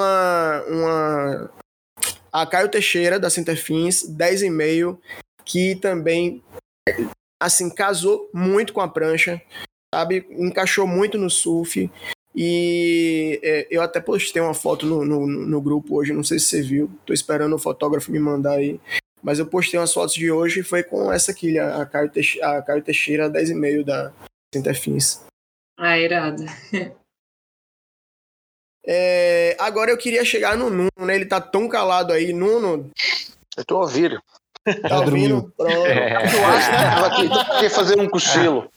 a Caio Teixeira da Centerfins 10,5, que também assim casou muito com a prancha, sabe? Encaixou muito no surf. E eu até postei uma foto no grupo hoje, não sei se você viu, tô esperando o fotógrafo me mandar aí, mas eu postei umas fotos de hoje e foi com essa quilha, a Caio Teixeira 10,5 da Centerfins. Irado. Agora eu queria chegar no Nuno, né? Ele tá tão calado aí. Nuno. Eu tô ouvindo. Tá ouvindo? Pronto. Eu acho que tô aqui fazer um cochilo.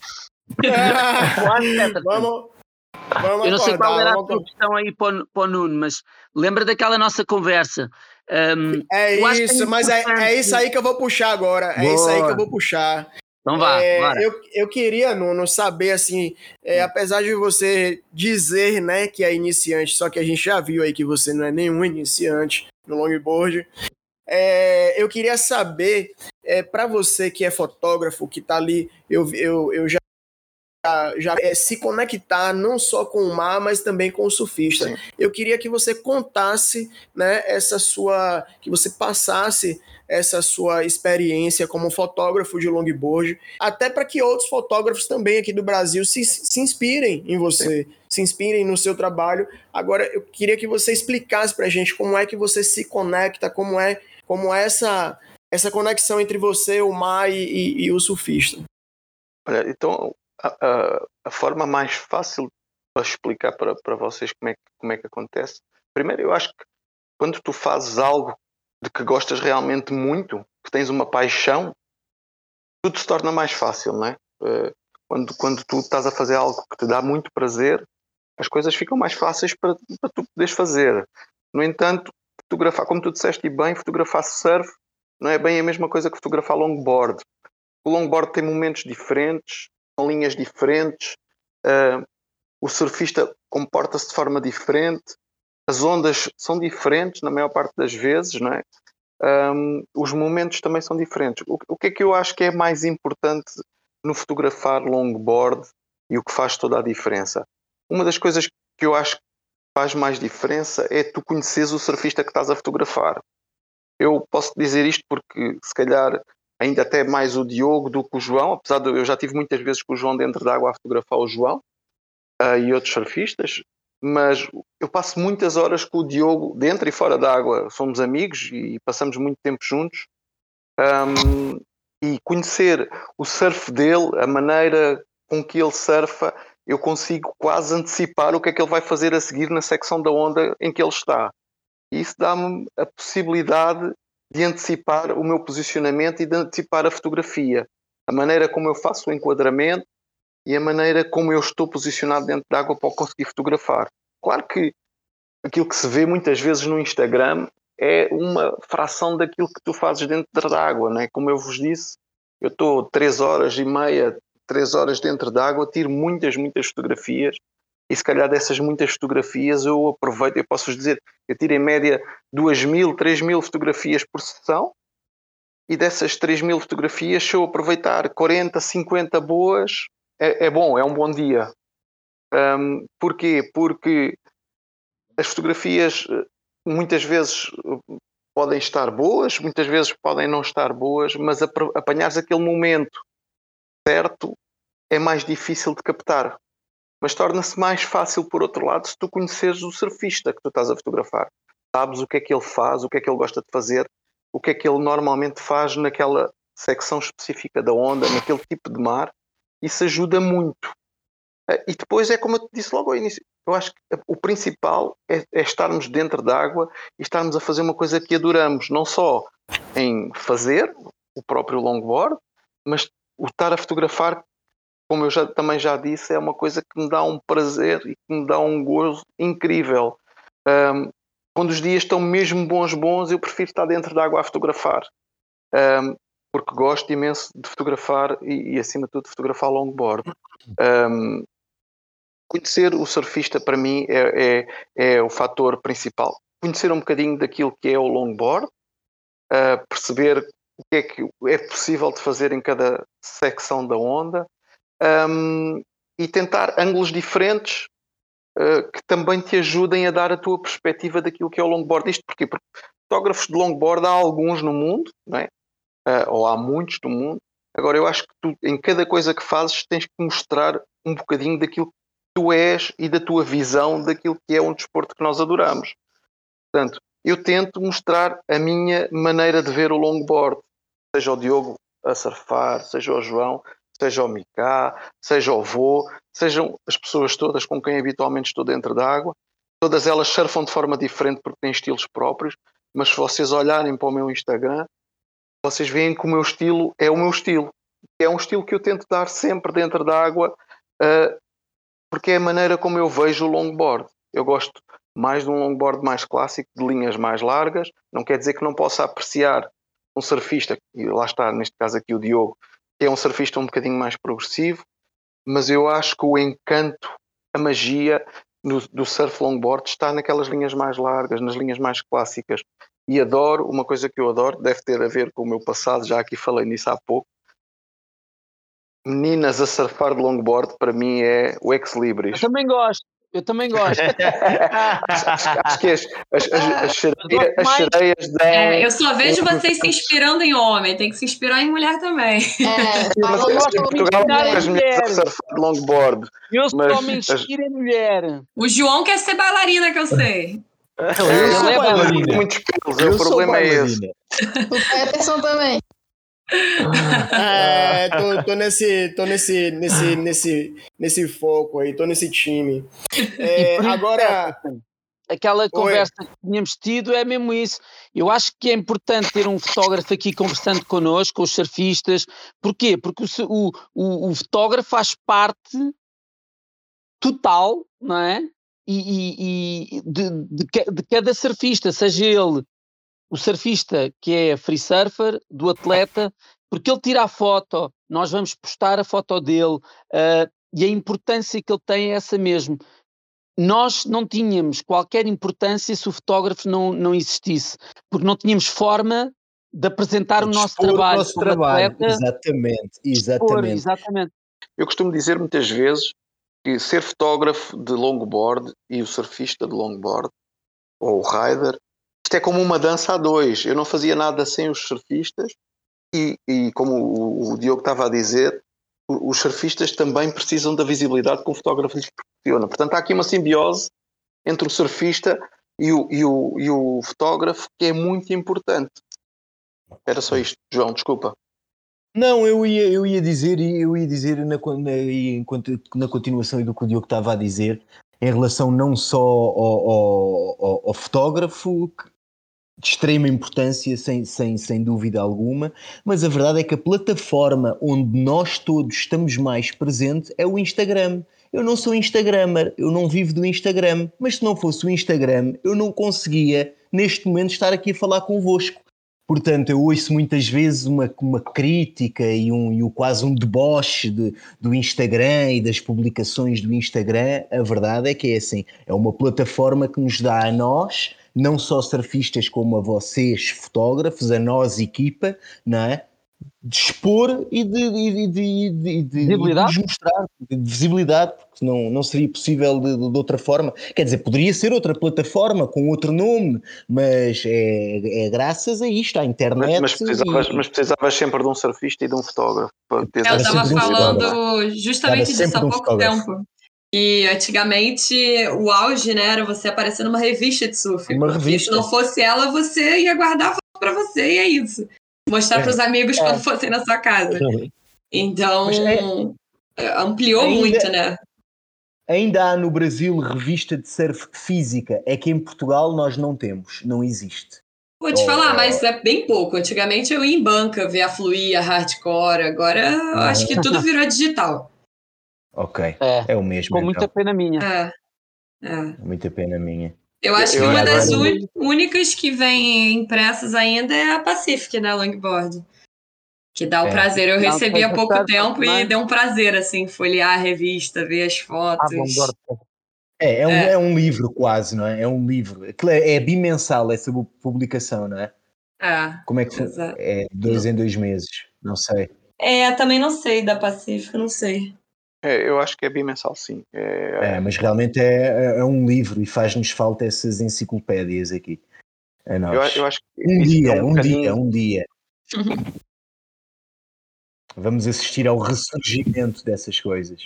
Vamos eu não sei qual era a acordar. tua questão aí para o Nuno, mas lembra daquela nossa conversa. Isso, mas é isso aí que eu vou puxar agora. Boa. É isso aí que eu vou puxar. Então vá, bora. Eu queria, Nuno, saber, assim, apesar de você dizer, né, que é iniciante, só que a gente já viu aí que você não é nenhum iniciante no longboard, eu queria saber, para você que é fotógrafo, que tá ali, eu já se conectar não só com o mar, mas também com o surfista. Sim. Eu queria que você contasse, né, que você passasse essa sua experiência como fotógrafo de longboard, até para que outros fotógrafos também aqui do Brasil se inspirem em você, Sim. se inspirem no seu trabalho. Agora, eu queria que você explicasse para a gente como é que você se conecta, como é essa conexão entre você, o mar e o surfista. Olha, então, a forma mais fácil para explicar para vocês como é que acontece, primeiro eu acho que quando tu fazes algo de que gostas realmente muito, que tens uma paixão, tudo se torna mais fácil, não é? Quando tu estás a fazer algo que te dá muito prazer, as coisas ficam mais fáceis para tu poderes fazer. No entanto, fotografar, como tu disseste bem, fotografar surf não é bem a mesma coisa que fotografar longboard. O longboard tem momentos diferentes, são linhas diferentes, o surfista comporta-se de forma diferente, as ondas são diferentes na maior parte das vezes, não é? Os momentos também são diferentes. O que é que eu acho que é mais importante no fotografar longboard e o que faz toda a diferença? Uma das coisas que eu acho que faz mais diferença é tu conheceres o surfista que estás a fotografar. Eu posso dizer isto porque, se calhar, ainda até mais o Diogo do que o João, apesar de eu já tive muitas vezes com o João dentro d'água a fotografar o João e outros surfistas, mas eu passo muitas horas com o Diogo dentro e fora d'água, somos amigos e passamos muito tempo juntos, e conhecer o surf dele, a maneira com que ele surfa, eu consigo quase antecipar o que é que ele vai fazer a seguir na secção da onda em que ele está. E isso dá-me a possibilidade de antecipar o meu posicionamento e de antecipar a fotografia, a maneira como eu faço o enquadramento e a maneira como eu estou posicionado dentro d'água para conseguir fotografar. Claro que aquilo que se vê muitas vezes no Instagram é uma fração daquilo que tu fazes dentro da água, não é? Como eu vos disse, eu estou 3 horas e meia, 3 horas dentro da água, tiro muitas fotografias, e se calhar dessas muitas fotografias eu aproveito, eu posso vos dizer, eu tiro em média 2.000, 3.000 fotografias por sessão, e dessas 3.000 fotografias, se eu aproveitar 40, 50 boas, é bom, é um bom dia. Porquê? Porque as fotografias muitas vezes podem estar boas, muitas vezes podem não estar boas, mas apanhares aquele momento certo é mais difícil de captar. Mas torna-se mais fácil, por outro lado, se tu conheceres o surfista que tu estás a fotografar. Sabes o que é que ele faz, o que é que ele gosta de fazer, o que é que ele normalmente faz naquela secção específica da onda, naquele tipo de mar. Isso ajuda muito. E depois é como eu te disse logo ao início, eu acho que o principal é estarmos dentro da água e estarmos a fazer uma coisa que adoramos, não só em fazer o próprio longboard, mas o estar a fotografar, como eu também já disse, é uma coisa que me dá um prazer e que me dá um gozo incrível. Quando os dias estão mesmo bons, eu prefiro estar dentro da água a fotografar, porque gosto imenso de fotografar e acima de tudo, de fotografar longboard. Conhecer o surfista para mim é o fator principal. Conhecer um bocadinho daquilo que é o longboard, perceber o que é possível de fazer em cada secção da onda, e tentar ângulos diferentes que também te ajudem a dar a tua perspectiva daquilo que é o longboard. Isto porquê? Porque fotógrafos de longboard há alguns no mundo, não é? Ou há muitos no mundo. Agora, eu acho que tu, em cada coisa que fazes, tens que mostrar um bocadinho daquilo que tu és e da tua visão daquilo que é um desporto que nós adoramos. Portanto, eu tento mostrar a minha maneira de ver o longboard, seja o Diogo a surfar, seja o João, seja o Micá, seja o Vô, sejam as pessoas todas com quem habitualmente estou dentro da água. Todas elas surfam de forma diferente porque têm estilos próprios, mas se vocês olharem para o meu Instagram, vocês veem que o meu estilo é o meu estilo. É um estilo que eu tento dar sempre dentro da água, porque é a maneira como eu vejo o longboard. Eu gosto mais de um longboard mais clássico, de linhas mais largas. Não quer dizer que não possa apreciar um surfista, e lá está, neste caso aqui o Diogo, que é um surfista um bocadinho mais progressivo, mas eu acho que o encanto, a magia do surf longboard está naquelas linhas mais largas, nas linhas mais clássicas. E adoro, uma coisa que eu adoro, deve ter a ver com o meu passado, já aqui falei nisso há pouco, meninas a surfar de longboard, para mim é o ex-libris. Eu também gosto. Acho que as sereias dão... eu só vejo vocês se inspirando em homem, tem que se inspirar em mulher também. Mas em Portugal as mulheres a surfar de longboard. Eu só me inspiro em mulher. O João quer ser bailarina, que eu sei. Eu sou bailarina. Muitos pelos, o problema é esse. O Peterson também. Tô nesse foco aí, tô nesse time. Agora, aquela conversa que tínhamos tido é mesmo isso. Eu acho que é importante ter um fotógrafo aqui conversando connosco, com os surfistas. Porquê? Porque o fotógrafo faz parte total, não é? E de cada surfista, seja ele o surfista que é free surfer, do atleta, porque ele tira a foto, nós vamos postar a foto dele, e a importância que ele tem é essa mesmo. Nós não tínhamos qualquer importância se o fotógrafo não existisse, porque não tínhamos forma de apresentar o nosso trabalho. Exatamente. Eu costumo dizer muitas vezes que ser fotógrafo de longboard e o surfista de longboard, ou o rider, isto é como uma dança a dois. Eu não fazia nada sem os surfistas e como o Diogo estava a dizer, os surfistas também precisam da visibilidade que o fotógrafo lhes proporciona. Portanto, há aqui uma simbiose entre o surfista e o fotógrafo que é muito importante. Era só isto, João, desculpa. Não, eu ia dizer na continuação do que o Diogo estava a dizer, em relação não só ao fotógrafo, de extrema importância, sem dúvida alguma, mas a verdade é que a plataforma onde nós todos estamos mais presentes é o Instagram. eu não sou Instagrammer, eu não vivo do Instagram, mas se não fosse o Instagram, eu não conseguia, neste momento, estar aqui a falar convosco. Portanto, eu ouço muitas vezes uma crítica e quase um deboche do Instagram e das publicações do Instagram. A verdade é que é assim, é uma plataforma que nos dá a nós, não só surfistas como a vocês, fotógrafos, a nós, equipa, não é? De expor e de nos mostrar, de visibilidade, porque não seria possível de outra forma. Quer dizer, poderia ser outra plataforma com outro nome, mas é graças a isto, à internet. Mas precisavas sempre de um surfista e de um fotógrafo. Eu estava falando justamente disso há pouco tempo. E antigamente o auge, né, era você aparecer numa revista de surf. Uma revista. Se não fosse ela, você ia guardar a foto pra você, e é isso. Mostrar para os amigos quando fossem na sua casa. Então, ampliou muito, né? Ainda há no Brasil revista de surf física. É que em Portugal nós não temos, não existe. Vou te falar, mas é bem pouco. Antigamente eu ia em banca ver a Fluir, a Hardcore. Agora eu acho que tudo virou digital. Ok, é o mesmo. Com muita pena minha. Muita pena minha. Eu acho que uma das únicas que vem impressas ainda é a Pacific, né, Longboard. Que dá o prazer. Eu recebi há pouco tempo e deu um prazer, assim, folhear a revista, ver as fotos. É um livro quase, não é? É um livro. É bimensal essa publicação, não é? Como é que foi? É 2 em 2 meses, não sei. Também não sei da Pacific, não sei. Eu acho que é bimensal, sim. Mas realmente é um livro e faz-nos falta essas enciclopédias aqui. A nós. Eu acho que um dia. Vamos assistir ao ressurgimento dessas coisas.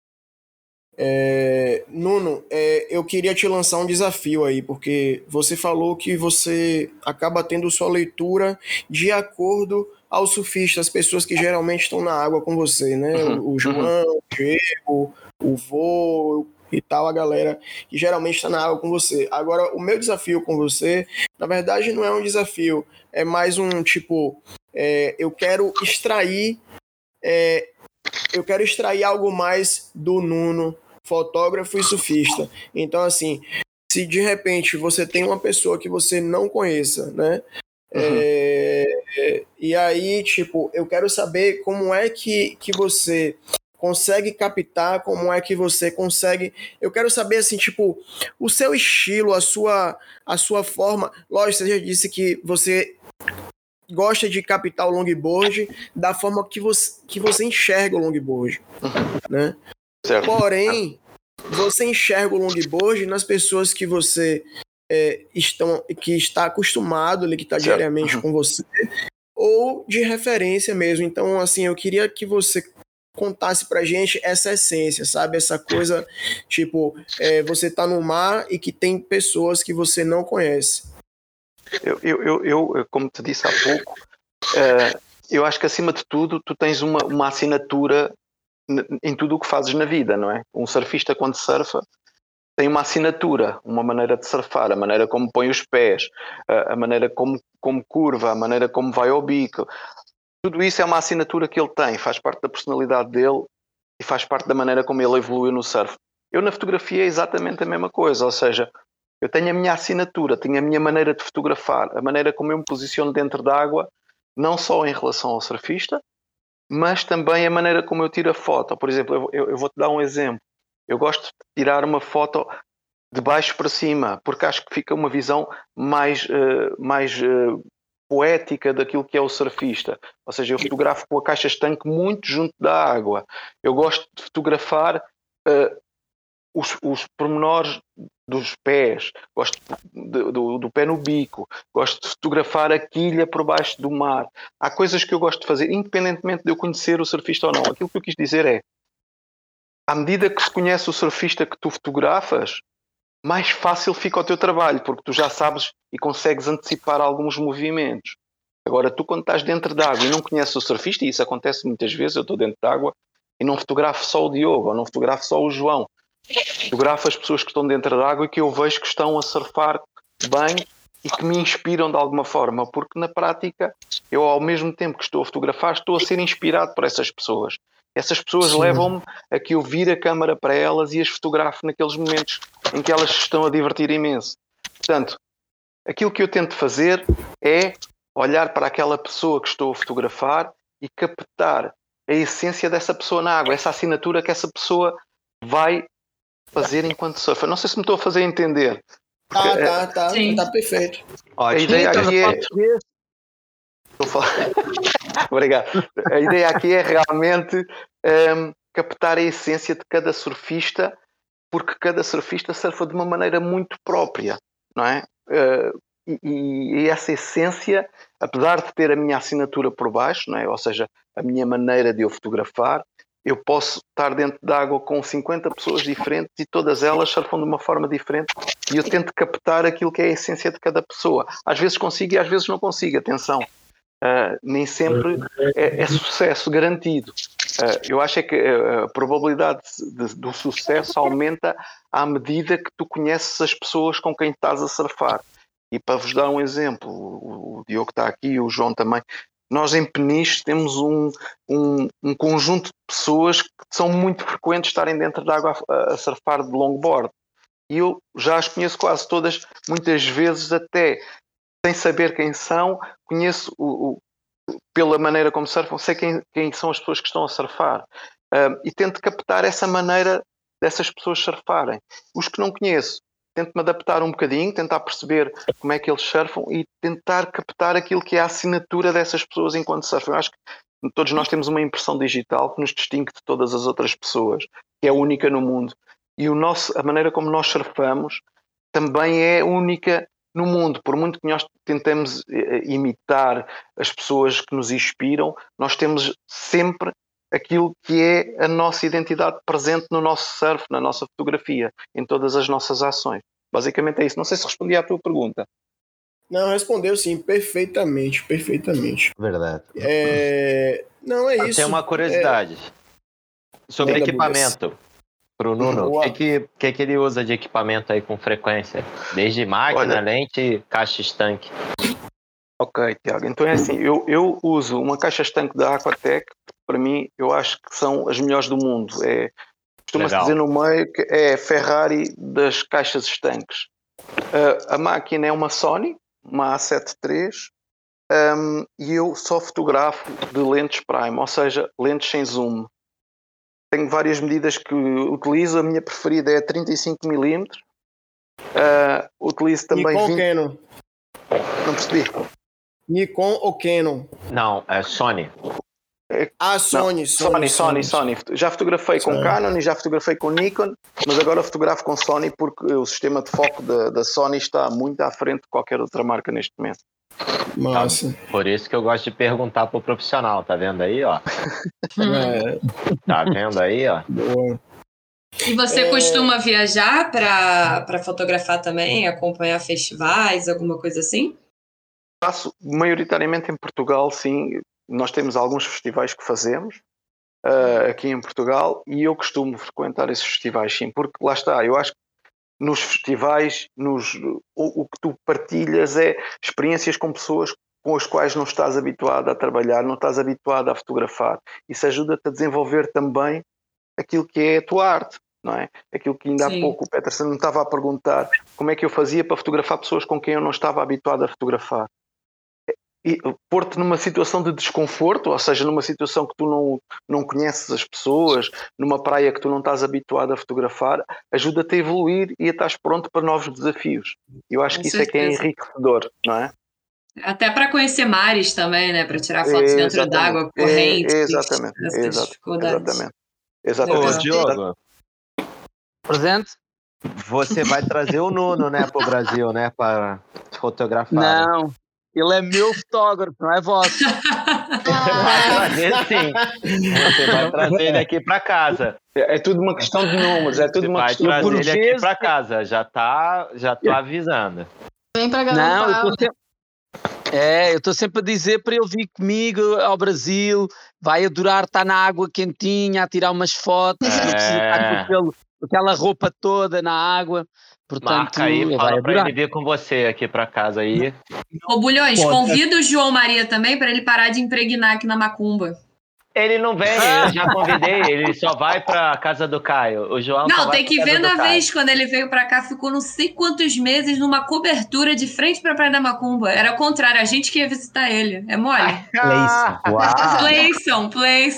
Nuno, eu queria te lançar um desafio aí, porque você falou que você acaba tendo sua leitura de acordo aos surfistas, as pessoas que geralmente estão na água com você, né? O João, o Diego, o Vô e tal, a galera que geralmente está na água com você. Agora, o meu desafio com você, na verdade, não é um desafio, é mais um tipo, eu quero extrair algo mais do Nuno, fotógrafo e surfista. Então, assim, se de repente você tem uma pessoa que você não conheça, né? E aí, tipo, eu quero saber como é que você consegue captar, como é que você consegue... Eu quero saber, assim, tipo, o seu estilo, a sua forma. Lógico, você já disse que você gosta de captar o longboard da forma que você enxerga o longboard, né? Certo. Porém, você enxerga o longboard nas pessoas que você que está acostumado, que está diariamente com você, ou de referência mesmo. Então, assim, eu queria que você contasse pra gente essa essência, sabe? Essa coisa, tipo, você tá no mar e que tem pessoas que você não conhece. Eu, como te disse há pouco, eu acho que acima de tudo tu tens uma assinatura em tudo o que fazes na vida, não é? Um surfista quando surfa tem uma assinatura, uma maneira de surfar, a maneira como põe os pés, a maneira como curva, a maneira como vai ao bico. Tudo isso é uma assinatura que ele tem, faz parte da personalidade dele e faz parte da maneira como ele evoluiu no surf. Eu na fotografia é exatamente a mesma coisa, ou seja, eu tenho a minha assinatura, tenho a minha maneira de fotografar, a maneira como eu me posiciono dentro d'água, não só em relação ao surfista, mas também a maneira como eu tiro a foto. Por exemplo, eu vou-te dar um exemplo. Eu gosto de tirar uma foto de baixo para cima, porque acho que fica uma visão mais poética daquilo que é o surfista. Ou seja, eu fotografo com a caixa estanque muito junto da água. Eu gosto de fotografar os pormenores dos pés, gosto do pé no bico, gosto de fotografar a quilha por baixo do mar. Há coisas que eu gosto de fazer, independentemente de eu conhecer o surfista ou não. Aquilo que eu quis dizer é, à medida que se conhece o surfista que tu fotografas, mais fácil fica o teu trabalho, porque tu já sabes e consegues antecipar alguns movimentos. Agora, tu quando estás dentro d'água e não conheces o surfista, e isso acontece muitas vezes, eu estou dentro d'água e não fotografo só o Diogo, ou não fotografo só o João. Fotografo as pessoas que estão dentro d'água e que eu vejo que estão a surfar bem e que me inspiram de alguma forma, porque na prática, eu ao mesmo tempo que estou a fotografar, estou a ser inspirado por essas pessoas. Essas pessoas levam-me a que eu vire a câmara para elas e as fotografo naqueles momentos em que elas se estão a divertir imenso. Portanto, aquilo que eu tento fazer é olhar para aquela pessoa que estou a fotografar e captar a essência dessa pessoa na água, essa assinatura que essa pessoa vai fazer enquanto surfa. Não sei se me estou a fazer entender. Tá perfeito. A ideia aqui é... Obrigado. A ideia aqui é realmente captar a essência de cada surfista, porque cada surfista surfa de uma maneira muito própria, não é? E essa essência, apesar de ter a minha assinatura por baixo, não é? Ou seja, a minha maneira de eu fotografar, eu posso estar dentro de água com 50 pessoas diferentes e todas elas surfam de uma forma diferente e eu tento captar aquilo que é a essência de cada pessoa. Às vezes consigo e às vezes não consigo, atenção. Nem sempre é sucesso garantido. Eu acho que a probabilidade do sucesso aumenta à medida que tu conheces as pessoas com quem estás a surfar. E para vos dar um exemplo, o Diogo está aqui, o João também, nós em Peniche temos um conjunto de pessoas que são muito frequentes estarem dentro da água a surfar de longboard. E eu já as conheço quase todas, muitas vezes até sem saber quem são, conheço pela maneira como surfam, sei quem são as pessoas que estão a surfar. E tento captar essa maneira dessas pessoas surfarem. Os que não conheço, tento-me adaptar um bocadinho, tentar perceber como é que eles surfam e tentar captar aquilo que é a assinatura dessas pessoas enquanto surfam. Eu acho que todos nós temos uma impressão digital que nos distingue de todas as outras pessoas, que é única no mundo. E a maneira como nós surfamos também é única no mundo. Por muito que nós tentemos imitar as pessoas que nos inspiram, nós temos sempre aquilo que é a nossa identidade presente no nosso surf, na nossa fotografia, em todas as nossas ações. Basicamente é isso. Não sei se respondi à tua pergunta. Não, respondeu sim, perfeitamente. Verdade. Não, é isso. Tem uma curiosidade sobre equipamento. Pro Nuno, o que ele usa de equipamento aí com frequência? Desde máquina, lente, caixa estanque. Ok, Tiago. Então é assim, eu uso uma caixa estanque da Aquatec, para mim, eu acho que são as melhores do mundo. Costuma-se dizer no meio que é a Ferrari das caixas estanques. A máquina é uma Sony, uma A7 III, e eu só fotografo de lentes prime, ou seja, lentes sem zoom. Tenho várias medidas que utilizo, a minha preferida é a 35mm. Utilizo também Nikon ou Canon? Não percebi. Nikon ou Canon? Não, é Sony. Sony. Já fotografei com Canon e já fotografei com Nikon, mas agora fotografo com Sony porque o sistema de foco da Sony está muito à frente de qualquer outra marca neste momento. Massa. Por isso que eu gosto de perguntar pro profissional, tá vendo aí, ó? Tá vendo aí, ó? Boa. E você costuma viajar para fotografar também, acompanhar festivais, alguma coisa assim? Faço maioritariamente em Portugal, sim. Nós temos alguns festivais que fazemos aqui em Portugal e eu costumo frequentar esses festivais, sim, porque lá está, eu acho que nos festivais, o que tu partilhas é experiências com pessoas com as quais não estás habituado a trabalhar, não estás habituado a fotografar. Isso ajuda-te a desenvolver também aquilo que é a tua arte, não é? Aquilo que ainda há pouco o Peterson me estava a perguntar, como é que eu fazia para fotografar pessoas com quem eu não estava habituado a fotografar. E pôr-te numa situação de desconforto, ou seja, numa situação que tu não conheces as pessoas, numa praia que tu não estás habituado a fotografar, ajuda-te a evoluir e a estás pronto para novos desafios. Eu acho que isso é que é enriquecedor, não é? Até para conhecer mares também, né? Para tirar fotos dentro d'água, correntes. Exatamente. Ô, Diogo, presente? Você vai trazer o Nuno, né, pro Brasil, né, para fotografar. Não. Ele é meu fotógrafo, não é vosso. Vai trazer sim. Você vai trazer ele aqui para casa. É tudo uma questão de números, é tudo uma questão de números. Vai trazer ele aqui para casa, já tô avisando. Vem para Galo. Eu estou sempre a dizer para ele vir comigo ao Brasil, vai adorar estar na água quentinha, a tirar umas fotos, não precisa estar com aquela roupa toda na água. Portanto, marca aí, fala para ele vir com você aqui para casa aí. Ô, Bulhões, convida o João Maria também para ele parar de impregnar aqui na macumba. Ele não vem, eu já convidei, ele só vai pra casa do Caio. O João Não, tem que ver na vez, quando ele veio pra cá, ficou não sei quantos meses numa cobertura de frente pra Praia da Macumba. Era o contrário, a gente que ia visitar ele. É mole? Playson.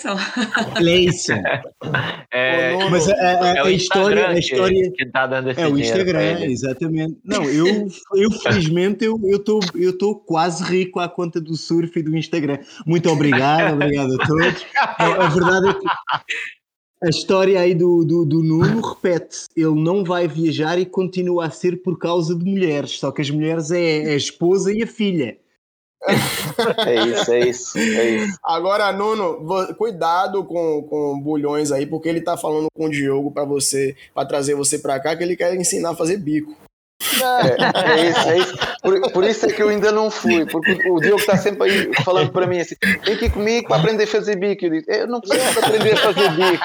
Mas a história que tá dando esse é o dinheiro pra Instagram, ele. exatamente. Não, eu felizmente eu tô quase rico à conta do surf e do Instagram. Muito obrigado a todos. A verdade é que a história aí do Nuno repete-se. Ele não vai viajar e continua a ser por causa de mulheres. Só que as mulheres é a esposa e a filha. É isso. Agora, Nuno, cuidado com bulhões aí, porque ele tá falando com o Diogo pra trazer você pra cá, que ele quer ensinar a fazer bico. É isso. Por isso é que eu ainda não fui, porque o Diogo está sempre aí falando para mim assim: tem que ir comigo para aprender a fazer bico. Eu digo: eu não preciso aprender a fazer bico.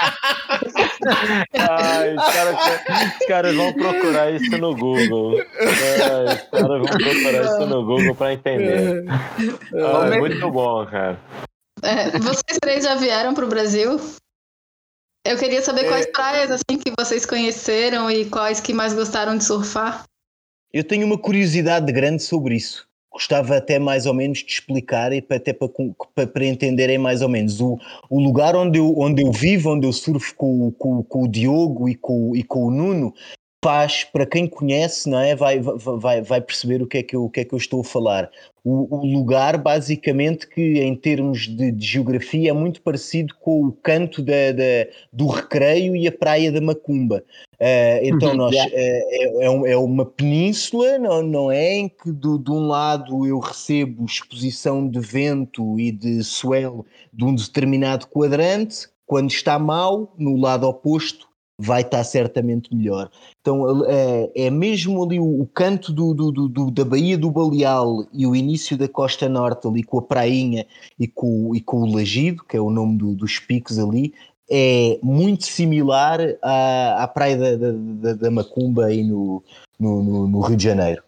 Os caras vão procurar isso no Google. Os caras vão procurar isso no Google para entender. Muito bom, cara. Vocês três já vieram para o Brasil? Eu queria saber quais praias assim que vocês conheceram e quais que mais gostaram de surfar. Eu tenho uma curiosidade grande sobre isso. Gostava até mais ou menos de explicar e até para entenderem mais ou menos o lugar onde eu vivo, onde eu surfo com o Diogo e com o Nuno, faz, para quem conhece, não é? Vai perceber o que é que eu estou a falar. O lugar, basicamente, que em termos de geografia é muito parecido com o canto do Recreio e a Praia da Macumba. Então é uma península, não é? Em que de um lado eu recebo exposição de vento e de swell de um determinado quadrante, quando está mau, no lado oposto vai estar certamente melhor. Então é mesmo ali o canto da Baía do Baleal e o início da Costa Norte, ali com a prainha e com o Lagido, que é o nome dos picos ali, é muito similar à praia da Macumba aí no Rio de Janeiro.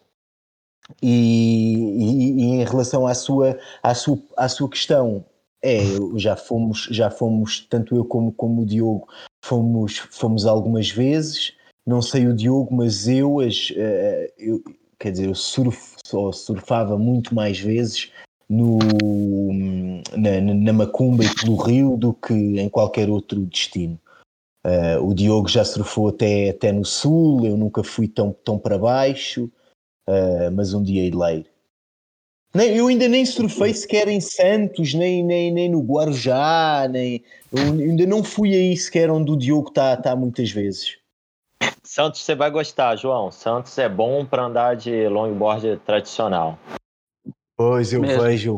E em relação à sua questão, já fomos, tanto eu como o Diogo, fomos algumas vezes. Não sei o Diogo, mas eu surfava muito mais vezes na Macumba e pelo Rio do que em qualquer outro destino. O Diogo já surfou até no Sul, eu nunca fui tão para baixo, mas um dia hei de lá ir. Eu ainda nem surfei sequer em Santos, nem no Guarujá, eu ainda não fui aí sequer onde o Diogo está muitas vezes. Santos você vai gostar, João. Santos é bom para andar de longboard tradicional. Pois, eu vejo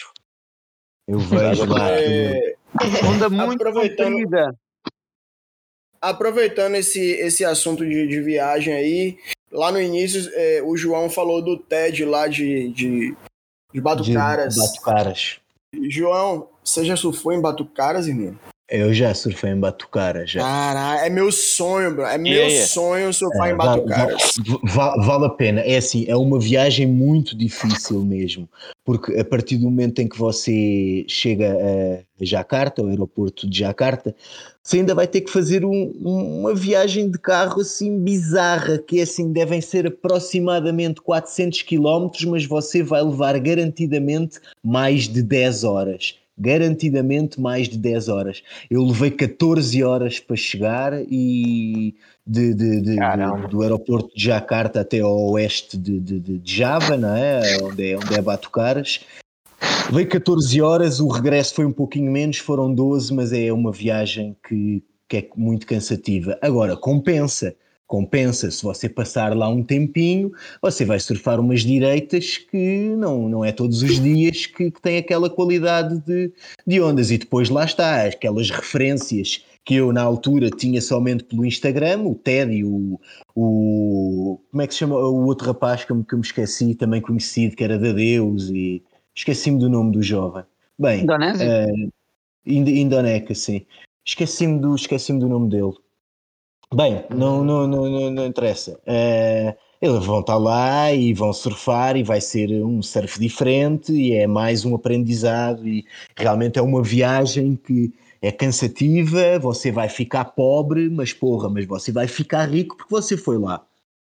lá. Onda muito comprida. Aproveitando esse assunto de viagem aí, lá no início o João falou do TED lá de Batucaras. João, você já surfou em Batucaras, irmão? Eu já surfei em Batucaras, já. Caralho, é meu sonho, bro. É meu sonho surfar em Batucaras. Vale a pena. É assim, é uma viagem muito difícil mesmo, porque a partir do momento em que você chega a Jakarta, ao aeroporto de Jakarta, você ainda vai ter que fazer uma viagem de carro assim bizarra, que é assim, devem ser aproximadamente 400 km, mas você vai levar garantidamente mais de 10 horas. Garantidamente mais de 10 horas. Eu levei 14 horas para chegar e do aeroporto de Jakarta até ao oeste de Java, não é? Onde é Batucaras. Levei 14 horas, o regresso foi um pouquinho menos, foram 12, mas é uma viagem que é muito cansativa. Agora, compensa, se você passar lá um tempinho, você vai surfar umas direitas que não é todos os dias que tem aquela qualidade de ondas. E depois lá está, aquelas referências que eu na altura tinha somente pelo Instagram, o Ted e o como é que se chama o outro rapaz que eu me esqueci, também conhecido, que era da Deus, e esqueci-me do nome do jovem. Bem, Indonésia? Indonésia, sim. Esqueci-me do nome dele. Bem, não interessa. Eles vão estar lá e vão surfar e vai ser um surf diferente e é mais um aprendizado e realmente é uma viagem que é cansativa, você vai ficar pobre, mas você vai ficar rico porque você foi lá.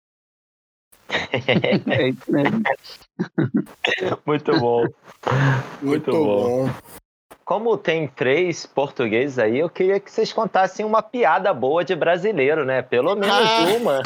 É isso mesmo. Muito bom. Muito bom. Como tem 3 portugueses aí, eu queria que vocês contassem uma piada boa de brasileiro, né? Pelo menos uma.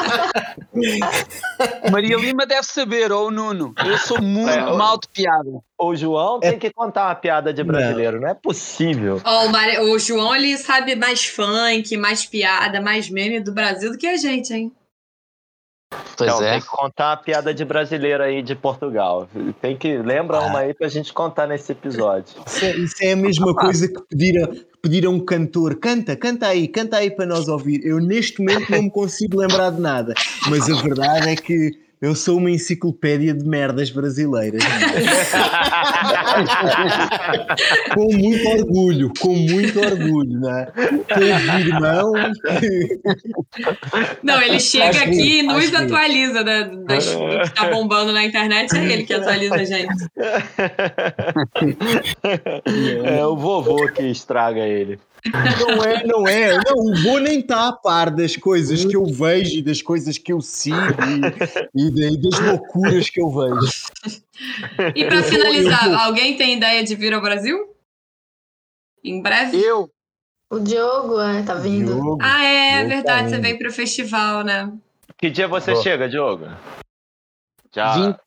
Maria Lima deve saber, ou o Nuno. Eu sou muito mal de piada. O João tem que contar uma piada de brasileiro, não é possível. O João, ele sabe mais funk, mais piada, mais meme do Brasil do que a gente, hein? Pois então, é. tem que contar uma piada de brasileiro aí de Portugal. Tem que lembrar uma aí pra gente contar nesse episódio. Isso é a mesma coisa que pediram um cantor. Canta aí para nós ouvir. Eu neste momento não me consigo lembrar de nada. Mas a verdade é que eu sou uma enciclopédia de merdas brasileiras. Com muito orgulho, não é? Com irmão. Não, ele chega aqui e nos atualiza do que está bombando na internet, é ele que atualiza a gente. É o vovô que estraga ele. Não é. Não, o vô nem está a par das coisas que eu vejo e das coisas que eu sigo e das loucuras que eu vejo. E para finalizar, alguém tem ideia de vir ao Brasil? Em breve? Eu? O Diogo, tá vindo. Diogo, É Diogo verdade, tá você indo. veio pro festival, né? Que dia você chega, Diogo? Já...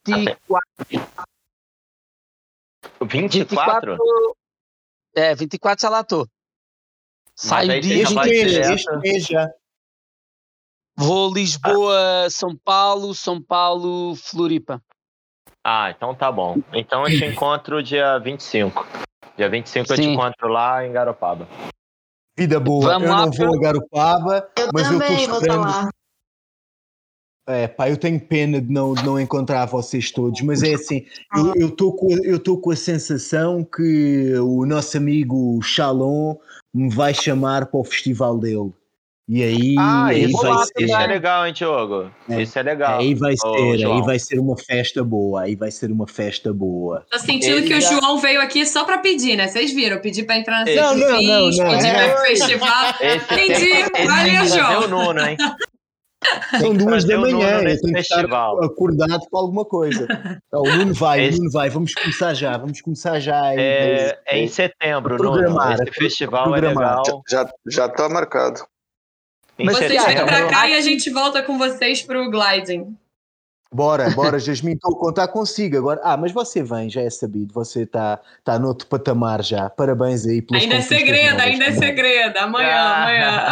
24? 24 já lá estou. Saio aí dia você já vai direto. Este mês já. Vou Lisboa, São Paulo, Floripa. Ah, então tá bom. Então eu te encontro dia 25. Dia 25 eu te Sim. encontro lá em Garopaba. Vida boa. Vamos eu lá, não vou a Garopaba, Eu mas eu também estou vou estar esperando. lá. Eu tenho pena de não encontrar vocês todos, mas é assim, eu estou com a sensação que o nosso amigo Shalom me vai chamar para o festival dele. E aí isso, vai isso ser. é legal, hein, Diogo? Isso é legal. Aí João. vai ser uma festa boa. Tô sentindo que o João veio aqui só pra pedir, né? Vocês viram? Pedir pra entrar na Não. pedir pra ir pro festival. Entendi. Valeu, João. O Nuno, hein? São 2 da manhã, eu nesse tenho que estar festival. acordado para alguma coisa. Não, o Nuno vai, vamos começar já. É em setembro, programar, Nuno. Esse festival programar. é legal. Já está marcado. Em Vocês setembro. vêm pra cá e a gente volta com vocês pro Gliding. Bora, Jasmine, estou a contar consigo agora. Mas você vem, já é sabido, você está noutro patamar já. Parabéns aí pelas Ainda é conquistas segredo, novas ainda é também. segredo. Amanhã.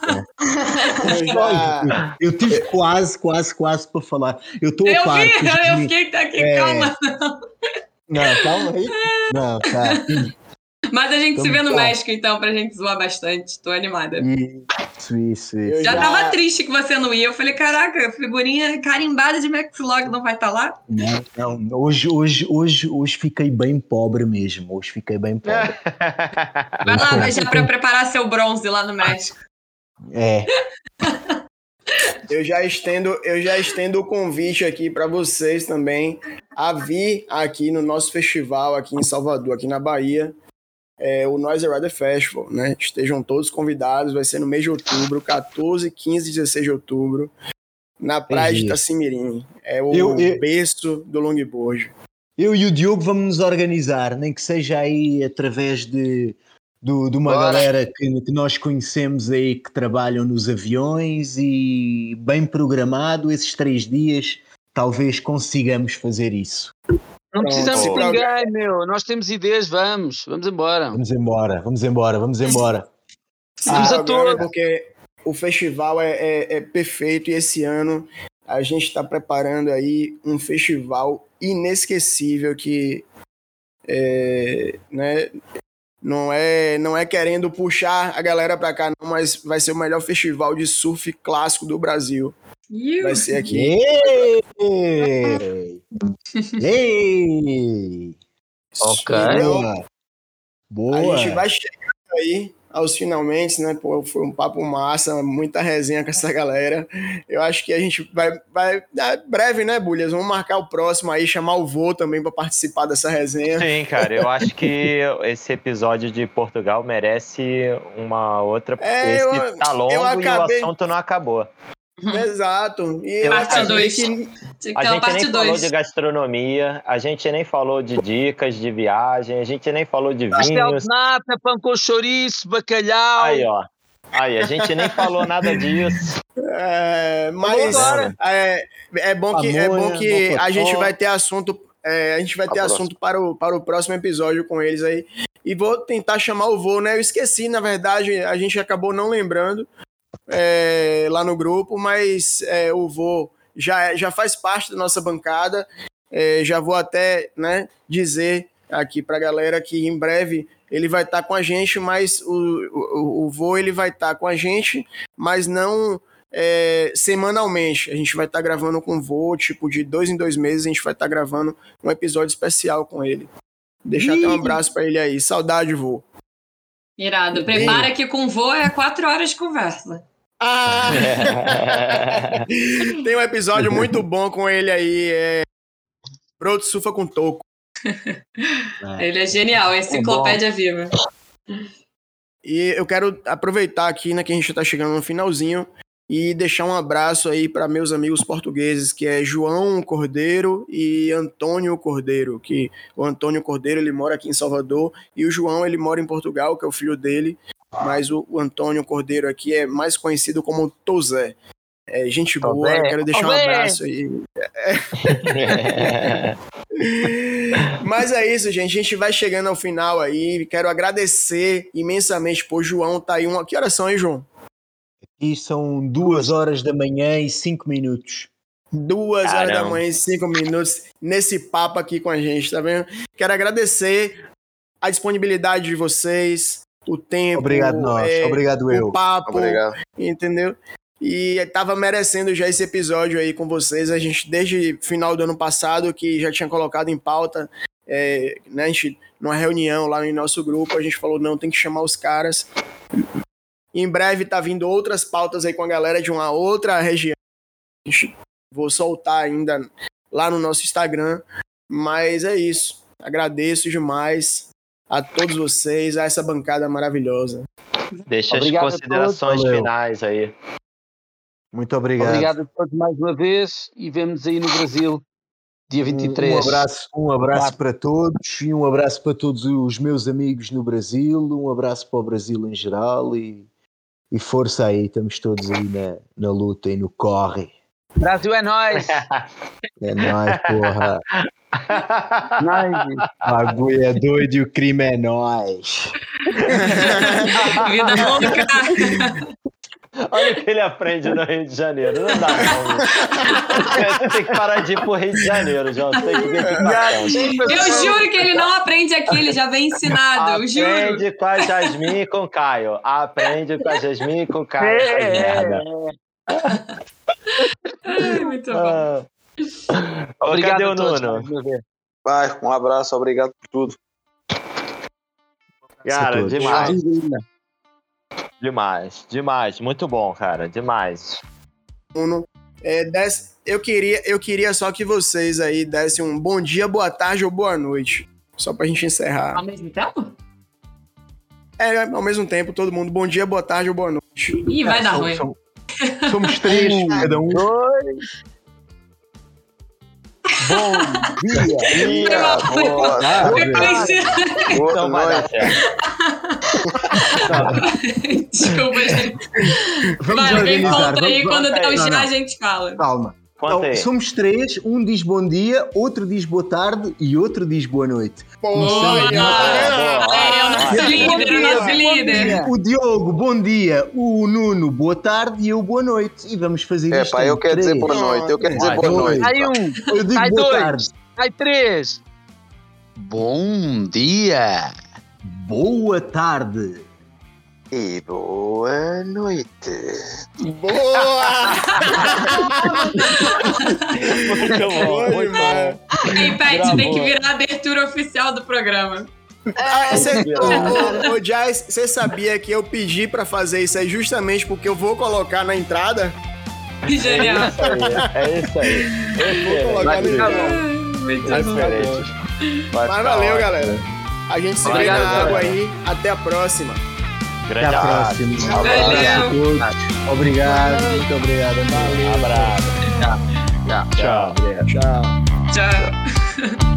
Eu tive quase para falar. Eu estou a par. Eu fiquei aqui, calma. Não, calma aí. Não, tá. Mas a gente se vê no Tá. México, então, pra gente zoar bastante. Tô animada. Isso. Já tava triste que você não ia. Eu falei, caraca, figurinha carimbada de McVlog não vai estar lá? Não. Hoje fiquei bem pobre mesmo. Vai lá, mas já pra preparar seu bronze lá no México. Eu já estendo o convite aqui para vocês também a vir aqui no nosso festival aqui em Salvador, aqui na Bahia, o Noise Rider Festival, né? Estejam todos convidados, vai ser no mês de outubro, 14, 15 e 16 de outubro, na praia de Itacimirim. É o berço do longboard. Eu e o Diogo vamos nos organizar, nem que seja aí através de uma galera que nós conhecemos aí que trabalham nos aviões e bem programado, esses 3 dias talvez consigamos fazer isso. Não precisamos de Pronto. ninguém, meu. Nós temos ideias, vamos embora. Vamos embora. Vamos a todos. Porque o festival é perfeito e esse ano a gente está preparando aí um festival inesquecível que né, não é querendo puxar a galera para cá, não, mas vai ser o melhor festival de surf clássico do Brasil. Vai ser aqui. Ei! Ok. Então, Boa. a gente vai chegando aí aos finalmente, né? Pô, foi um papo massa, muita resenha com essa galera. Eu acho que a gente vai breve, né, Bulhas? Vamos marcar o próximo aí, chamar o vô também para participar dessa resenha. Sim, cara, eu acho que esse episódio de Portugal merece uma outra, porque esse tá longo e o assunto não acabou. Exato. E parte 2. A gente nem falou de gastronomia, a gente nem falou de dicas de viagem, a gente nem falou de Pastel vinhos. de nata, pão com chouriço, bacalhau. Aí, ó. Aí, a gente nem falou nada disso. Mas é bom que a gente vai ter assunto. A gente vai ter assunto para o próximo episódio com eles aí. E vou tentar chamar o vô, né? Eu esqueci, na verdade, a gente acabou não lembrando lá no grupo, mas o vô já faz parte da nossa bancada. Já vou até, né, dizer aqui pra galera que em breve ele vai estar com a gente, mas o vô ele vai estar com a gente, mas não semanalmente. A gente vai estar gravando com o vô, tipo, de 2 em 2 meses a gente vai estar gravando um episódio especial com ele. Deixar até um abraço pra ele aí. Saudade, vô. Irado. Prepara que com o vô é 4 horas de conversa. Tem um episódio muito bom com ele aí, Broto Surfa com Toco. Ele é genial, enciclopédia viva. E eu quero aproveitar aqui, né, que a gente tá chegando no finalzinho e deixar um abraço aí para meus amigos portugueses, que é João Cordeiro e Antônio Cordeiro, que o Antônio Cordeiro, ele mora aqui em Salvador, e o João, ele mora em Portugal, que é o filho dele, mas o Antônio Cordeiro aqui é mais conhecido como Tozé. Gente boa, eu quero deixar um abraço aí. Mas é isso, gente. A gente vai chegando ao final aí. Quero agradecer imensamente por João. Tá aí Que horas são aí, João? Aqui são 2 horas da manhã e 5 minutos. 2 horas da manhã e 5 minutos nesse papo aqui com a gente, tá vendo? Quero agradecer a disponibilidade de vocês, o tempo. Obrigado nós, obrigado eu. O papo, Obrigado. Entendeu? E tava merecendo já esse episódio aí com vocês. A gente, desde final do ano passado, que já tinha colocado em pauta, né, a gente, numa reunião lá no nosso grupo, a gente falou, não, tem que chamar os caras. Em breve tá vindo outras pautas aí com a galera de uma outra região. Vou soltar ainda lá no nosso Instagram. Mas é isso. Agradeço demais a todos vocês, a essa bancada maravilhosa. Deixa as considerações finais aí. Muito obrigado. Obrigado a todos mais uma vez e vemo-nos aí no Brasil, dia 23. Um abraço para todos e um abraço para todos os meus amigos no Brasil, um abraço para o Brasil em geral e força aí, estamos todos aí na luta e no corre. Brasil é nóis! É nóis, porra! O bagulho é doido e o crime é nóis! Vida louca! Olha o que ele aprende no Rio de Janeiro. Não dá, não. Você tem que parar de ir pro Rio de Janeiro, João. Você tem que vir aqui pra frente. Eu juro que ele não aprende aqui, ele já vem ensinado, eu juro. Aprende com a Jasmine e com o Caio. Aprende com a Jasmine e com o Caio. Merda. Ai, muito bom. Obrigado, cadê o todos, Nuno? Vai, um abraço, obrigado por tudo. Cara, todos. Demais. Muito bom, cara. Demais. Eu queria só que vocês aí dessem um bom dia, boa tarde ou boa noite. Só pra gente encerrar. Ao mesmo tempo? Ao mesmo tempo, todo mundo. Bom dia, boa tarde ou boa noite. Ih, vai dar ruim. Somos 3, cada um. Bom dia! Boa Então vai dar certo. Desculpa, gente. Vamos Vai, alguém organizar. conta aí, quando der o Não, já não. a gente fala. Calma. Conta aí. Somos 3, um diz bom dia, outro diz boa tarde e outro diz boa noite. Olha! É o nosso líder. O Diogo, bom dia. O Nuno, boa tarde e eu, boa noite. E vamos fazer isto. Eu quero dizer boa noite. Eu quero dizer boa noite. Sai um, Eu digo sai boa dois, tarde. sai 3. Bom dia! Boa tarde. E boa noite. Boa! Muito bom. Boa demais. Ei, Pet, tem que virar a abertura oficial do programa. Ô, Jais, você sabia que eu pedi pra fazer isso aí justamente porque eu vou colocar na entrada? Genial. É isso aí. Vou colocar na entrada. Muito É bom. diferente. Mas valeu, galera. A gente se vê Obrigado, na água galera. aí. Até a próxima. Até Grande a abraço. próxima. Valeu. Obrigado, muito obrigado. Valeu. Abraço. Tchau. Tchau. Obrigado. Tchau. Tchau.